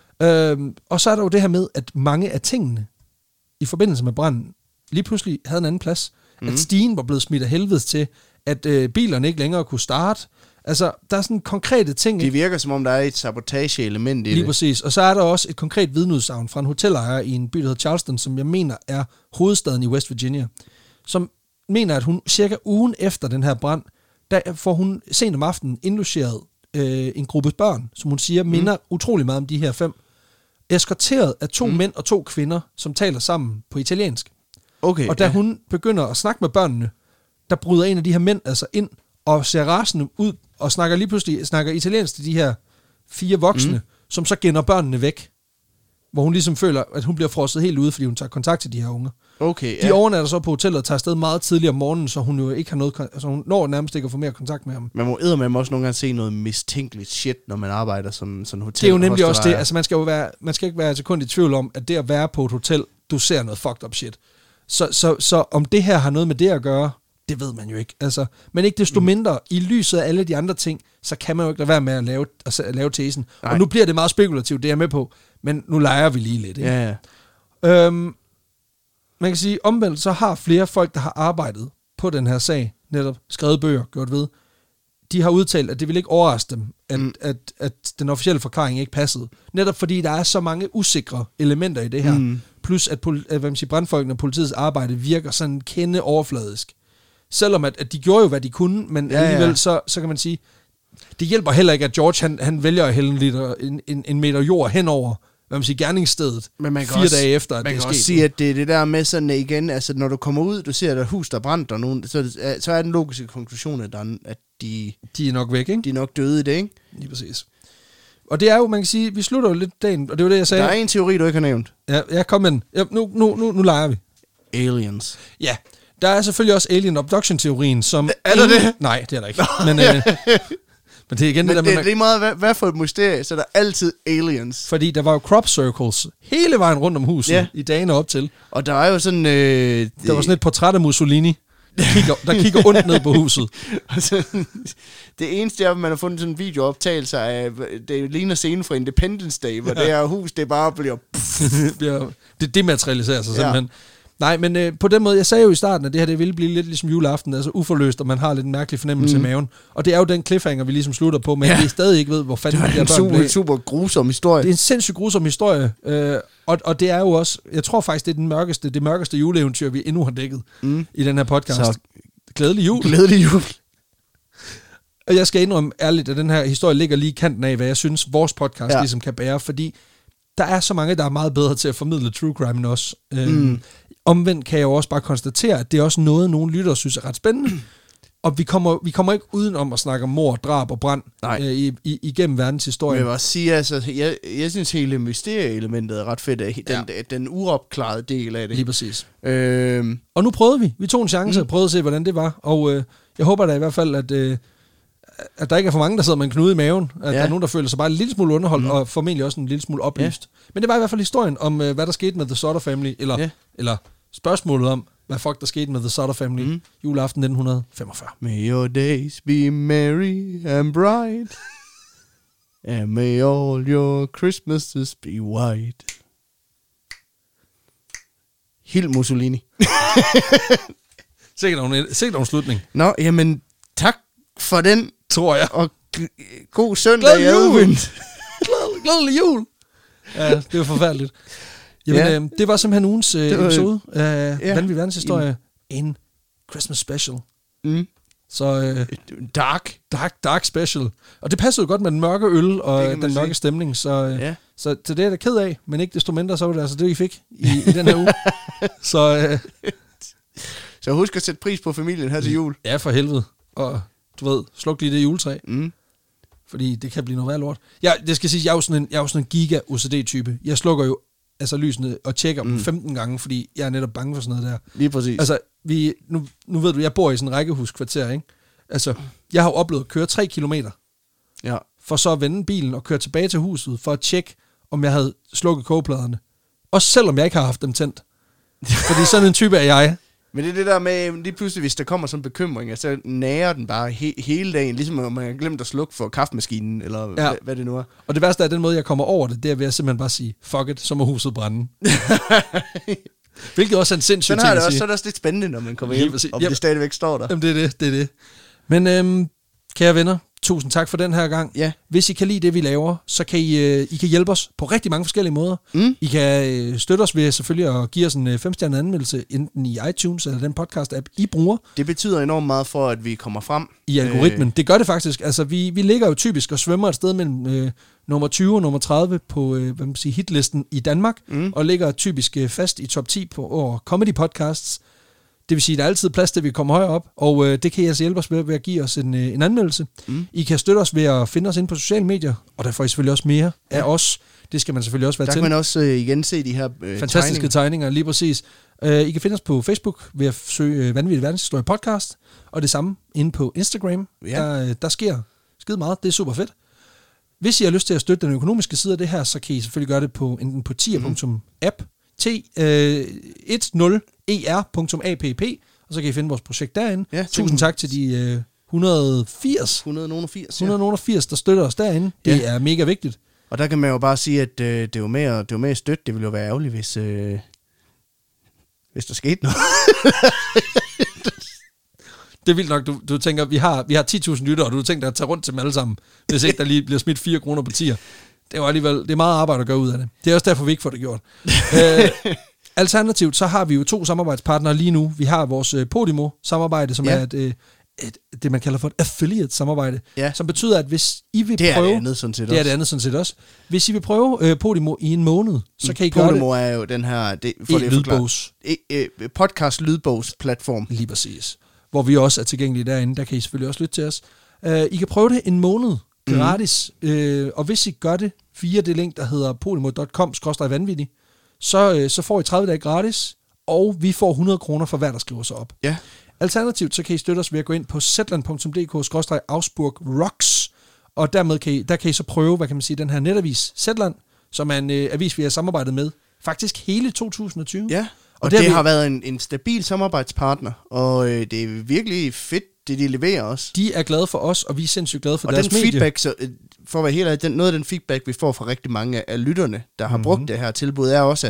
Øh, og så er der jo det her med, at mange af tingene i forbindelse med branden lige pludselig havde en anden plads. Mm. At stigen var blevet smidt af helvedes til, at øh, bilerne ikke længere kunne starte. Altså, der er sådan konkrete ting. Det virker, som om der er et sabotage-element i Lige det. Lige præcis. Og så er der også et konkret vidneudsagn fra en hotelejer i en by, der hedder Charleston, som jeg mener er hovedstaden i West Virginia, som mener, at hun cirka ugen efter den her brand, der får hun sent om aftenen indlogeret øh, en gruppe børn, som hun siger, minder mm. utrolig meget om de her fem, eskorteret af to mm. mænd og to kvinder, som taler sammen på italiensk. Okay, og da ja. hun begynder at snakke med børnene, der bryder en af de her mænd altså ind og ser rasende ud og snakker lige pludselig snakker italiensk til de her fire voksne, mm. som så gender børnene væk. Hvor hun ligesom føler, at hun bliver frosset helt ude, fordi hun tager kontakt til de her unger. Okay, de ja. overnatter så på hotellet og tager afsted meget tidligere om morgenen, så hun jo ikke har noget, altså hun når nærmest ikke at få mere kontakt med ham. Man må eddermame også nogle gange se noget mistænkeligt shit, når man arbejder som sådan hotel. Det er jo nemlig også det. Altså man skal jo være, man skal ikke være et sekund i tvivl om, at det at være på et hotel, du ser noget fucked up shit. Så, så, så om det her har noget med det at gøre, det ved man jo ikke. Altså, men ikke desto mindre, mm. i lyset af alle de andre ting, så kan man jo ikke lade være med at lave, at lave tesen. Nej. Og nu bliver det meget spekulativt, det er jeg med på, men nu leger vi lige lidt. Ikke? Ja, ja. Øhm, man kan sige, omvendt så har flere folk, der har arbejdet på den her sag, netop skrevet bøger, gjort ved, de har udtalt, at det vil ikke overraske dem, at, mm. at, at den officielle forklaring ikke passede. Netop fordi der er så mange usikre elementer i det her. Mm. Plus at, at hvad man siger, brandfolkene og politiets arbejde virker sådan kende overfladisk. Selvom at, at de gjorde jo, hvad de kunne, men ja, alligevel ja. Så, så kan man sige, det hjælper heller ikke, at George han, han vælger at hælde en, liter, en, en, en meter jord henover, hvad man siger, gerningsstedet, men man fire også, dage efter, at man det er sket. Man kan også sige, at det er det der med sådan igen, altså når du kommer ud, du ser, at der er hus, der brænder nogen, så, så er den logiske konklusion, at, der, at de, de er nok væk, ikke? De er nok døde i det, ikke? Lige præcis. Og det er jo, man kan sige, vi slutter jo lidt dagen, og det var det, jeg sagde. Der er en teori, du ikke har nævnt. Ja, ja kom med den. Ja, nu, nu, nu, nu leger vi. Aliens. Ja, der er selvfølgelig også alien abduction-teorien, som... Er der det? Nej, det er der ikke. Men, øh, men det er igen men det der... det, man... det er meget, hvad, hvad for et mysterie, så der er altid aliens. Fordi der var jo crop circles hele vejen rundt om huset ja. i dagene op til. Og der var jo sådan... Øh, der var sådan et portræt af Mussolini, der kigger, der kigger ondt ned på huset. Altså, det eneste er, at man har fundet sådan en videooptagelse af, det ligner scenen fra Independence Day, hvor ja. det her hus, det bare bliver... det dematerialiserer sig simpelthen. Nej, men øh, på den måde, jeg sagde jo i starten, at det her det ville blive lidt ligesom juleaften, altså uforløst, og man har lidt en mærkelig fornemmelse mm. i maven. Og det er jo den cliffhanger, vi ligesom slutter på, men ja. vi stadig ikke ved, hvor fanden det er en super, super grusom historie. Det er en sindssygt grusom historie, øh, og, og det er jo også, jeg tror faktisk, det er den mørkeste, det mørkeste juleeventyr, vi endnu har dækket mm. i den her podcast. Så glædelig jul. Glædelig jul. Og jeg skal indrømme ærligt, at den her historie ligger lige i kanten af, hvad jeg synes, vores podcast ja. ligesom kan bære, fordi der er så mange, der er meget bedre til at formidle true crime end os. Mm. Øhm, omvendt kan jeg jo også bare konstatere, at det er også noget, nogle lyttere synes er ret spændende. Og vi kommer, vi kommer ikke udenom at snakke om mord, drab og brand øh, i, i, igennem verdenshistorien. Men jeg vil også sige, altså, jeg, jeg synes hele mysterieelementet er ret fedt, den, ja. den, den uopklarede del af det. Lige præcis. Øhm. Og nu prøvede vi. Vi tog en chance og mm. prøvede at se, hvordan det var. Og øh, jeg håber da i hvert fald, at... Øh, at der ikke er for mange, der sidder med en knude i maven. At ja. der er nogen, der føler sig bare en lille smule underholdt, mm. og formentlig også en lille smule oplyst. Ja. Men det var i hvert fald historien om, uh, hvad der skete med The Sutter Family, eller, ja. eller spørgsmålet om, hvad fuck der skete med The Sutter Family, mm. juleaften nitten femogfyrre. May your days be merry and bright, and may all your Christmases be white. Helt Mussolini. Sikkert nogen, sikkert nogen slutning. Nå, jamen, tak for den, tror jeg. Og g- god søndag, Edwin. Glædelig jul. Ja, det var forfærdeligt. Jamen, ja. øh, det var simpelthen ugens øh, var, episode af ja. Vanvittig verdenshistorie. En Christmas special. Mm. Så øh, dark. Dark, dark special. Og det passede jo godt med den mørke øl og den mørke sige. stemning. Så, øh, ja. så, så det er jeg da ked af, men ikke desto mindre, så var det altså det, I fik i, i den her uge. Så, øh, så husk at sætte pris på familien her til jul. Ja, for helvede. Og du ved, sluk lige det juletræ. Mm. Fordi det kan blive noget værd lort. Jeg, det skal sige, jeg er jo sådan en, jeg er jo sådan en giga-O C D-type. Jeg slukker jo altså lysene og tjekker mm. dem femten gange, fordi jeg er netop bange for sådan noget der. Lige præcis. Altså, vi, nu, nu ved du, jeg bor i sådan en rækkehuskvarter, ikke? Altså, jeg har jo oplevet at køre tre kilometer. Ja. For så at vende bilen og køre tilbage til huset, for at tjekke, om jeg havde slukket kogepladerne. Også selvom jeg ikke har haft dem tændt. Fordi sådan en type er jeg. Men det er det der med, lige pludselig, hvis der kommer sådan en bekymring, så nærer den bare he- hele dagen, ligesom om man har glemt at slukke for kaffemaskinen, eller ja. hvad, hvad det nu er. Og det værste er, den måde, jeg kommer over det, det er ved at simpelthen bare sige, fuck it, så må huset brænde. Hvilket også er en sindssyg ting at sige. Også, så er det også lidt spændende, når man kommer hjem, om det stadigvæk står der. Jamen det er det, det er det. Men øhm, kære venner, tusind tak for den her gang. Ja. Hvis I kan lide det, vi laver, så kan I, øh, I kan hjælpe os på rigtig mange forskellige måder. Mm. I kan øh, støtte os ved selvfølgelig at give os en øh, femstjernet anmeldelse, enten i iTunes eller den podcast-app, I bruger. Det betyder enormt meget for, at vi kommer frem. I algoritmen. Øh. Det gør det faktisk. Altså, vi, vi ligger jo typisk og svømmer et sted mellem øh, nummer tyve og nummer tredive på øh, hvad man siger, hitlisten i Danmark, mm. og ligger typisk øh, fast i top ti på over comedy podcasts. Det vil sige, at der er altid plads til, at vi kommer højere op, og øh, det kan I altså hjælpe os med ved at give os en, øh, en anmeldelse. Mm. I kan støtte os ved at finde os ind på sociale medier, og der får I selvfølgelig også mere ja. af os. Det skal man selvfølgelig også være til. Der kan man også øh, igen se de her øh, fantastiske tegninger. tegninger, lige præcis. Uh, I kan finde os på Facebook ved at søge uh, Vanvittig verdenshistorie podcast, og det samme inde på Instagram. Ja. Der, der sker skide meget, det er super fedt. Hvis I har lyst til at støtte den økonomiske side af det her, så kan I selvfølgelig gøre det på enten på tier punktum app, t ten e r punktum app, og så kan I finde vores projekt derinde. Ja, tusind tak til de øh, et hundrede og firs, et hundrede og firs, der støtter os derinde. Det ja. er mega vigtigt. Og der kan man jo bare sige, at øh, det er jo med at, det er jo med at støtte. Det ville jo være ærgerligt, hvis, øh, hvis der skete noget. Det er vildt nok, du, du tænker, vi har, vi har ti tusind lyttere, og du tænker at tage rundt til dem alle sammen, hvis ikke der lige bliver smidt fire kroner på tier. Det er jo alligevel, det er meget arbejde at gøre ud af det. Det er også derfor, vi ikke får det gjort. øh, Alternativt, så har vi jo to samarbejdspartnere lige nu. Vi har vores øh, Podimo-samarbejde, som ja. er et, øh, et, det, man kalder for et affiliate-samarbejde, ja. som betyder, at hvis I vil det prøve... Det er det andet sådan set også. Det er det andet sådan set også. Hvis I vil prøve øh, Podimo i en måned, så kan I Podimo gøre det... Podimo er jo den her... Det, for det lydbogs. E, øh, podcast-lydbogs-platform. Lige præcis. Hvor vi også er tilgængelige derinde. Der kan I selvfølgelig også lytte til os. Uh, I kan prøve det en måned gratis. Mm. Uh, og hvis I gør det via det link, der hedder podimo punktum com skråstreg vanvittig, så, så får I tredive dage gratis, og vi får hundrede kroner for hver, der skriver sig op. Ja. Alternativt, så kan I støtte os ved at gå ind på zetland punktum d k skråstreg Augsburg Rocks, og dermed kan I, der kan I så prøve, hvad kan man sige, den her netavis Zetland, som er en øh, avis, vi har samarbejdet med, faktisk hele to tusind og tyve. Ja, og, og det, det har, vi... har været en, en stabil samarbejdspartner, og øh, det er virkelig fedt, det de leverer os. De er glade for os, og vi er sindssygt glade for og deres den medie. Feedback, så, for at være helt ærlig, den, noget af den feedback, vi får fra rigtig mange af lytterne, der har mm-hmm. brugt det her tilbud, er også, at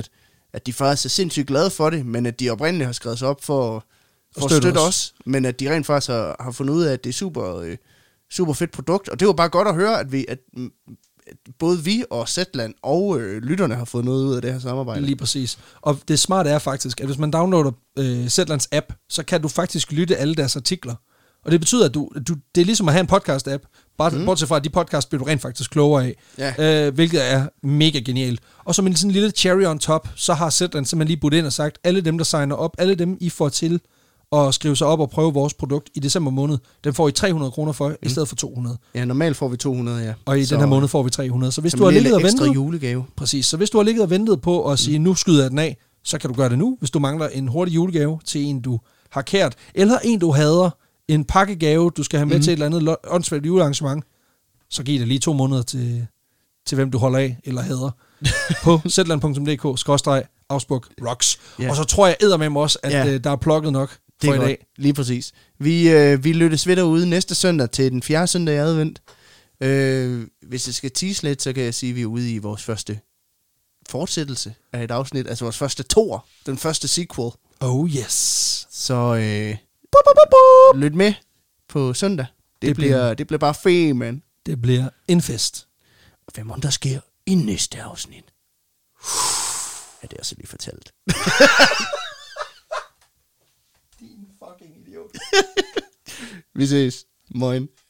at de faktisk er sindssygt glade for det, men at de oprindeligt har skrevet sig op for, for at støtte, støtte os. os, men at de rent faktisk har, har fundet ud af, at det er super, øh, super fedt produkt, og det var bare godt at høre, at vi... At, at både vi og Zetland og øh, lytterne har fået noget ud af det her samarbejde. Lige præcis. Og det smarte er faktisk, at hvis man downloader øh, Zetlands app, så kan du faktisk lytte alle deres artikler. Og det betyder, at du, du det er ligesom at have en podcast-app, bare mm. bortset fra, at de podcast bliver du rent faktisk klogere af, ja. øh, hvilket er mega genialt. Og som en sådan lille cherry on top, så har Zetland simpelthen lige budt ind og sagt, alle dem, der signer op, alle dem, I får til at skrive sig op og prøve vores produkt i december måned, den får I tre hundrede kroner for, mm. i stedet for to hundrede. Ja, normalt får vi to hundrede, ja. Og i så, den her måned får vi tre hundrede. Så hvis du har ligget og ventet... julegave. Præcis. Så hvis du har ligget og ventet på at sige, mm. nu skyder jeg den af, så kan du gøre det nu, hvis du mangler en hurtig julegave til en, du har kært, eller en, du hader, en pakkegave, du skal have med mm. til et eller andet åndssvagt julearrangement, så giv det lige to måneder til, til hvem du holder af eller hader på zetland punktum d k skråstreg Augsburg Rocks. Yeah. Og så tror jeg eddermame også, at yeah. øh, der er plukket nok for i dag. Lige præcis. Vi, øh, vi lyttes ved derude næste søndag til den fjerde søndag i advent. Øh, hvis jeg skal tease lidt, så kan jeg sige, at vi er ude i vores første fortsættelse af et afsnit, altså vores første toer, den første sequel. Oh yes. Så øh, bu, bu, bu, bu. lyt med på søndag. Det, det, bliver, bliver, det bliver bare fedt, man. Det bliver en fest. Og hvad må der sker i næste afsnit? Ja, det er også lige fortalt. Din fucking idiot. Vi ses. Moin.